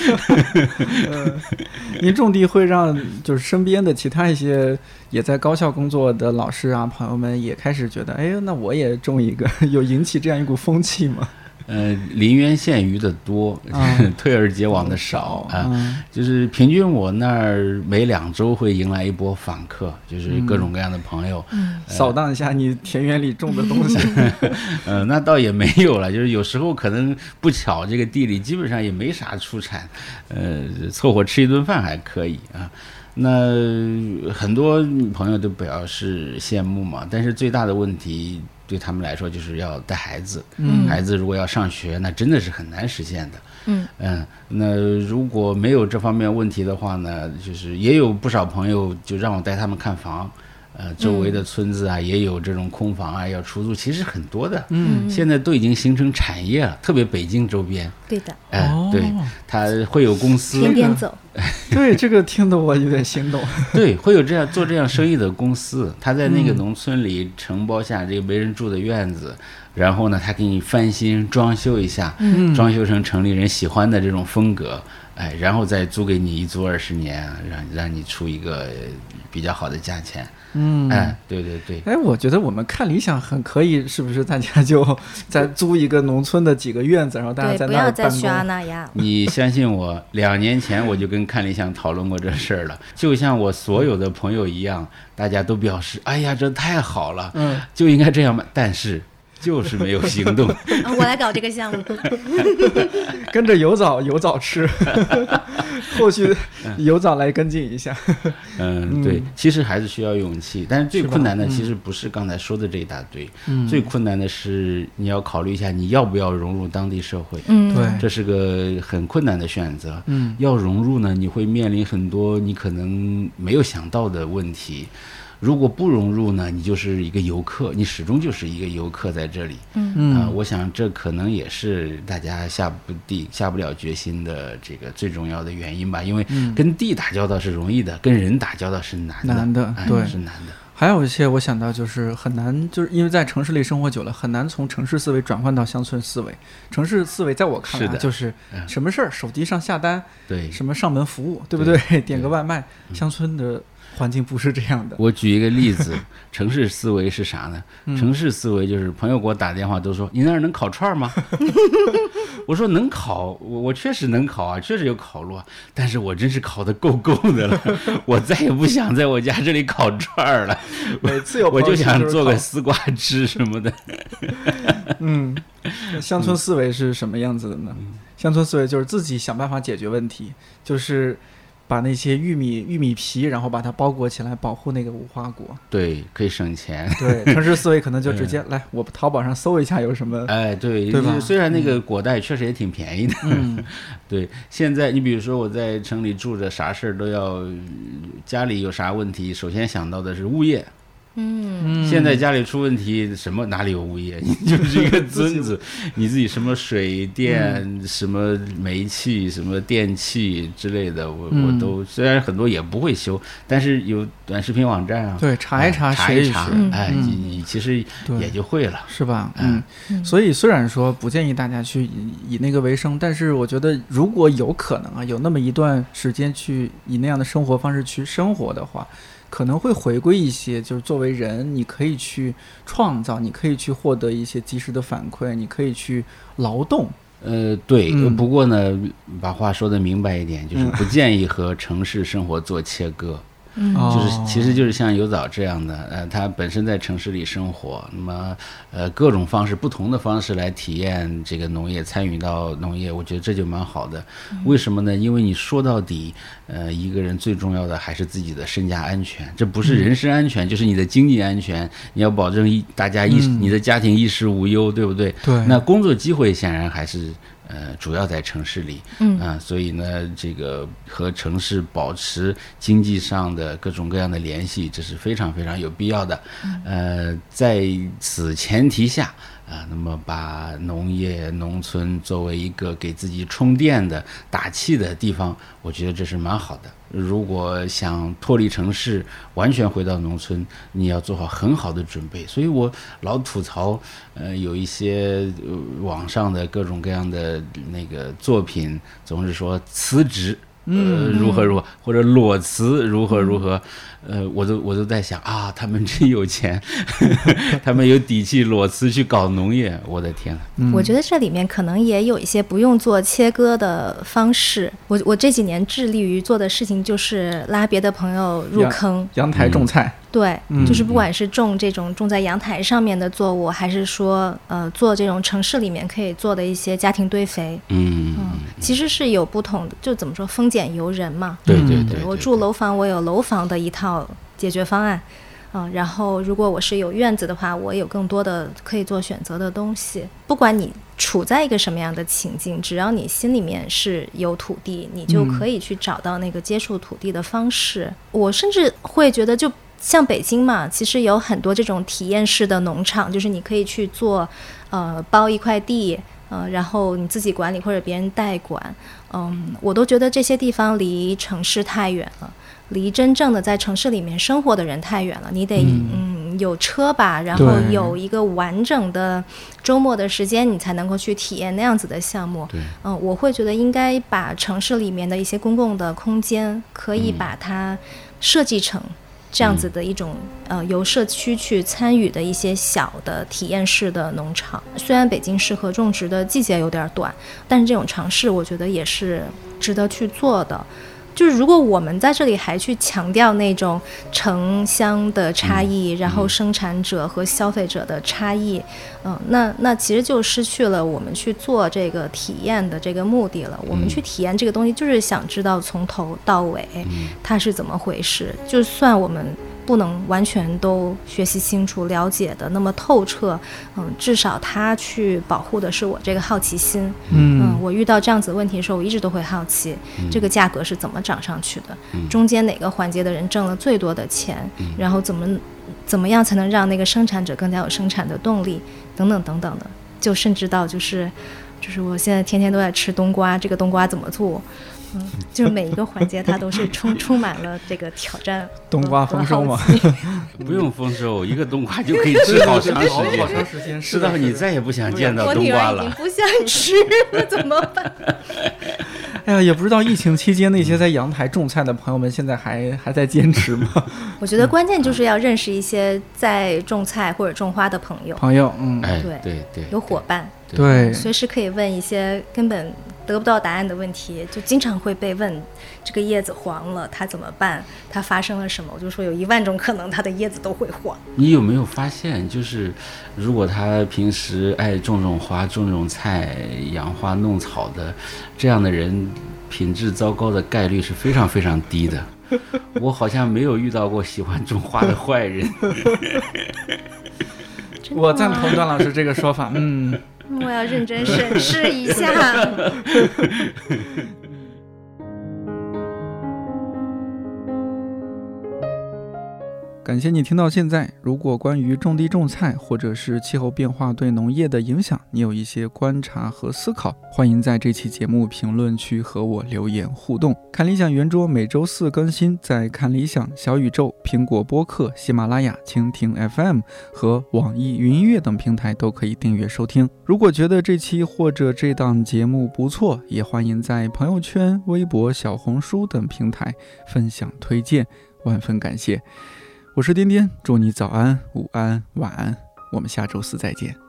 您种地会让就是身边的其他一些也在高校工作的老师啊朋友们也开始觉得，哎，那我也种一个，有引起这样一股风气吗？ 临渊羡鱼的多，退而结网的少就是平均我那儿每2周会迎来一波访客，就是各种各样的朋友扫荡一下你田园里种的东西。 那倒也没有了，就是有时候可能不巧这个地里基本上也没啥出产凑合吃一顿饭还可以那很多朋友都表示羡慕嘛，但是最大的问题对他们来说就是要带孩子孩子如果要上学那真的是很难实现的那如果没有这方面问题的话呢，就是也有不少朋友就让我带他们看房周围的村子也有这种空房要出租，其实很多的现在都已经形成产业了，特别北京周边。 对的对，它会有公司天天走对，这个听得我有点心动。 对，会有做这样生意的公司，他在那个农村里承包下这个没人住的院子然后呢他给你翻新装修一下装修成城里人喜欢的这种风格然后再租给你一租20年让你出一个比较好的价钱对对对。 我觉得我们看理想很可以，是不是大家就再租一个农村的几个院子，然后大家在那儿办公。 对，不要再学那样。 你相信我，2年前我就跟看理想讨论过这事儿了。就像我所有的朋友一样，大家都表示，哎呀，这太好了，就应该这样办。但是就是没有行动。 我来搞这个项目。 跟着有枣吃。后续有枣来跟进一下。 对，其实还是需要勇气，但是最困难的其实不是刚才说的这一大堆最困难的是你要考虑一下你要不要融入当地社会对， 这是个很困难的选择要融入呢，你会面临很多你可能没有想到的问题，如果不融入呢，你就是一个游客，你始终就是一个游客在这里我想这可能也是大家下不了决心的这个最重要的原因吧，因为跟地打交道是容易的跟人打交道是难的对，是难的。 还有一些我想到就是很难，就是因为在城市里生活久了很难从城市思维转换到乡村思维。城市思维在我看来就是什么事儿手机上下单对， 什么上门服务对不对点个外卖乡村的环境不是这样的。 我举一个例子城市思维是啥呢城市思维就是朋友给我打电话都说你那儿能烤串吗我说能烤，我确实能烤确实有烤炉但是我真是烤得够的了我再也不想在我家这里烤串了每次有我就想做个丝瓜汁什么的乡村思维是什么样子的呢乡村思维就是自己想办法解决问题，就是把那些玉米皮然后把它包裹起来保护那个无花果， 对，可以省钱。 对，城市思维可能就直接来我淘宝上搜一下有什么对吧， 虽然那个果袋确实也挺便宜的对，现在你比如说我在城里住着啥事儿都要家里有啥问题首先想到的是物业现在家里出问题什么哪里有物业你就是一个尊子你自己什么水电什么煤气什么电器之类的我都虽然很多也不会修但是有短视频网站对查一查学一查你其实也就会了是吧所以虽然说不建议大家去以那个为生，但是我觉得如果有可能有那么一段时间去以那样的生活方式去生活的话，可能会回归一些就是作为人你可以去创造，你可以去获得一些及时的反馈，你可以去劳动对，不过呢，把话说得明白一点，就是不建议和城市生活做切割。其实就是像游早这样的，他本身在城市里生活，那么各种方式不同的方式来体验这个农业，参与到农业，我觉得这就蛮好的。为什么呢？因为你说到底，一个人最重要的还是自己的身家安全，这不是人身安全，就是你的经济安全，你要保证大家你的家庭衣食无忧，对不对？ 对。 那工作机会显然还是主要在城市里，所以呢，这个和城市保持经济上的各种各样的联系，这是非常非常有必要的。在此前提下，那么把农业农村作为一个给自己充电的打气的地方，我觉得这是蛮好的。如果想脱离城市完全回到农村，你要做好很好的准备。所以我老吐槽有一些网上的各种各样的那个作品总是说辞职如何如何，或者裸辞如何如何，我都在想啊，他们真有钱他们有底气裸辞去搞农业，我的天哪。 我觉得这里面可能也有一些不用做切割的方式。我这几年致力于做的事情就是拉别的朋友入坑， 阳台种菜。 对，就是不管是种在阳台上面的作物，还是说做这种城市里面可以做的一些家庭堆肥，其实是有不同的，就怎么说，丰俭由人嘛。 对， 我住楼房，我有楼房的一套解决方案，然后如果我是有院子的话，我有更多的可以做选择的东西。不管你处在一个什么样的情境，只要你心里面是有土地，你就可以去找到那个接触土地的方式。我甚至会觉得，就像北京嘛，其实有很多这种体验式的农场，就是你可以去做包一块地，然后你自己管理或者别人代管。我都觉得这些地方离城市太远了，离真正的在城市里面生活的人太远了。你得有车吧，然后有一个完整的周末的时间，你才能够去体验那样子的项目。我会觉得应该把城市里面的一些公共的空间，可以把它设计成这样子的一种由社区去参与的一些小的体验式的农场。虽然北京适合种植的季节有点短，但是这种尝试我觉得也是值得去做的。就是如果我们在这里还去强调那种城乡的差异，然后生产者和消费者的差异，那其实就失去了我们去做这个体验的这个目的了。我们去体验这个东西，就是想知道从头到尾它是怎么回事。就算我们不能完全都学习清楚了解的那么透彻，至少他去保护的是我这个好奇心。我遇到这样子的问题的时候，我一直都会好奇，这个价格是怎么涨上去的，中间哪个环节的人挣了最多的钱，然后怎么样才能让那个生产者更加有生产的动力，等等等等的。就甚至到就是我现在天天都在吃冬瓜，这个冬瓜怎么做，就每一个环节它都是充满了这个挑战。 冬瓜丰收吗？ 不用丰收，一个冬瓜就可以吃好长时间，吃到你再也不想见到冬瓜了。 我女儿已经不想吃了，怎么办？ 哎呀，也不知道疫情期间那些在阳台种菜的朋友们现在还在坚持吗？ 我觉得关键就是要认识一些在种菜或者种花的朋友， 对， 有伙伴， 对， 随时可以问一些根本得不到答案的问题。就经常会被问这个叶子黄了它怎么办，它发生了什么，我就说有10000种可能它的叶子都会黄。 你有没有发现，就是如果他平时爱种花种种菜养花弄草的这样的人，品质糟糕的概率是非常非常低的。我好像没有遇到过喜欢种花的坏人。 我赞同段老师这个说法。 我要认真审视一下。 感谢你听到现在。如果关于种地种菜或者是气候变化对农业的影响，你有一些观察和思考，欢迎在这期节目评论区和我留言互动。看理想圆桌每周4更新，在看理想、小宇宙、苹果播客、喜马拉雅、蜻蜓 FM 和网易云音乐等平台都可以订阅收听。如果觉得这期或者这档节目不错，也欢迎在朋友圈、微博、小红书等平台分享推荐，万分感谢。我是颠颠，祝你早安、午安、晚安，我们下周4再见。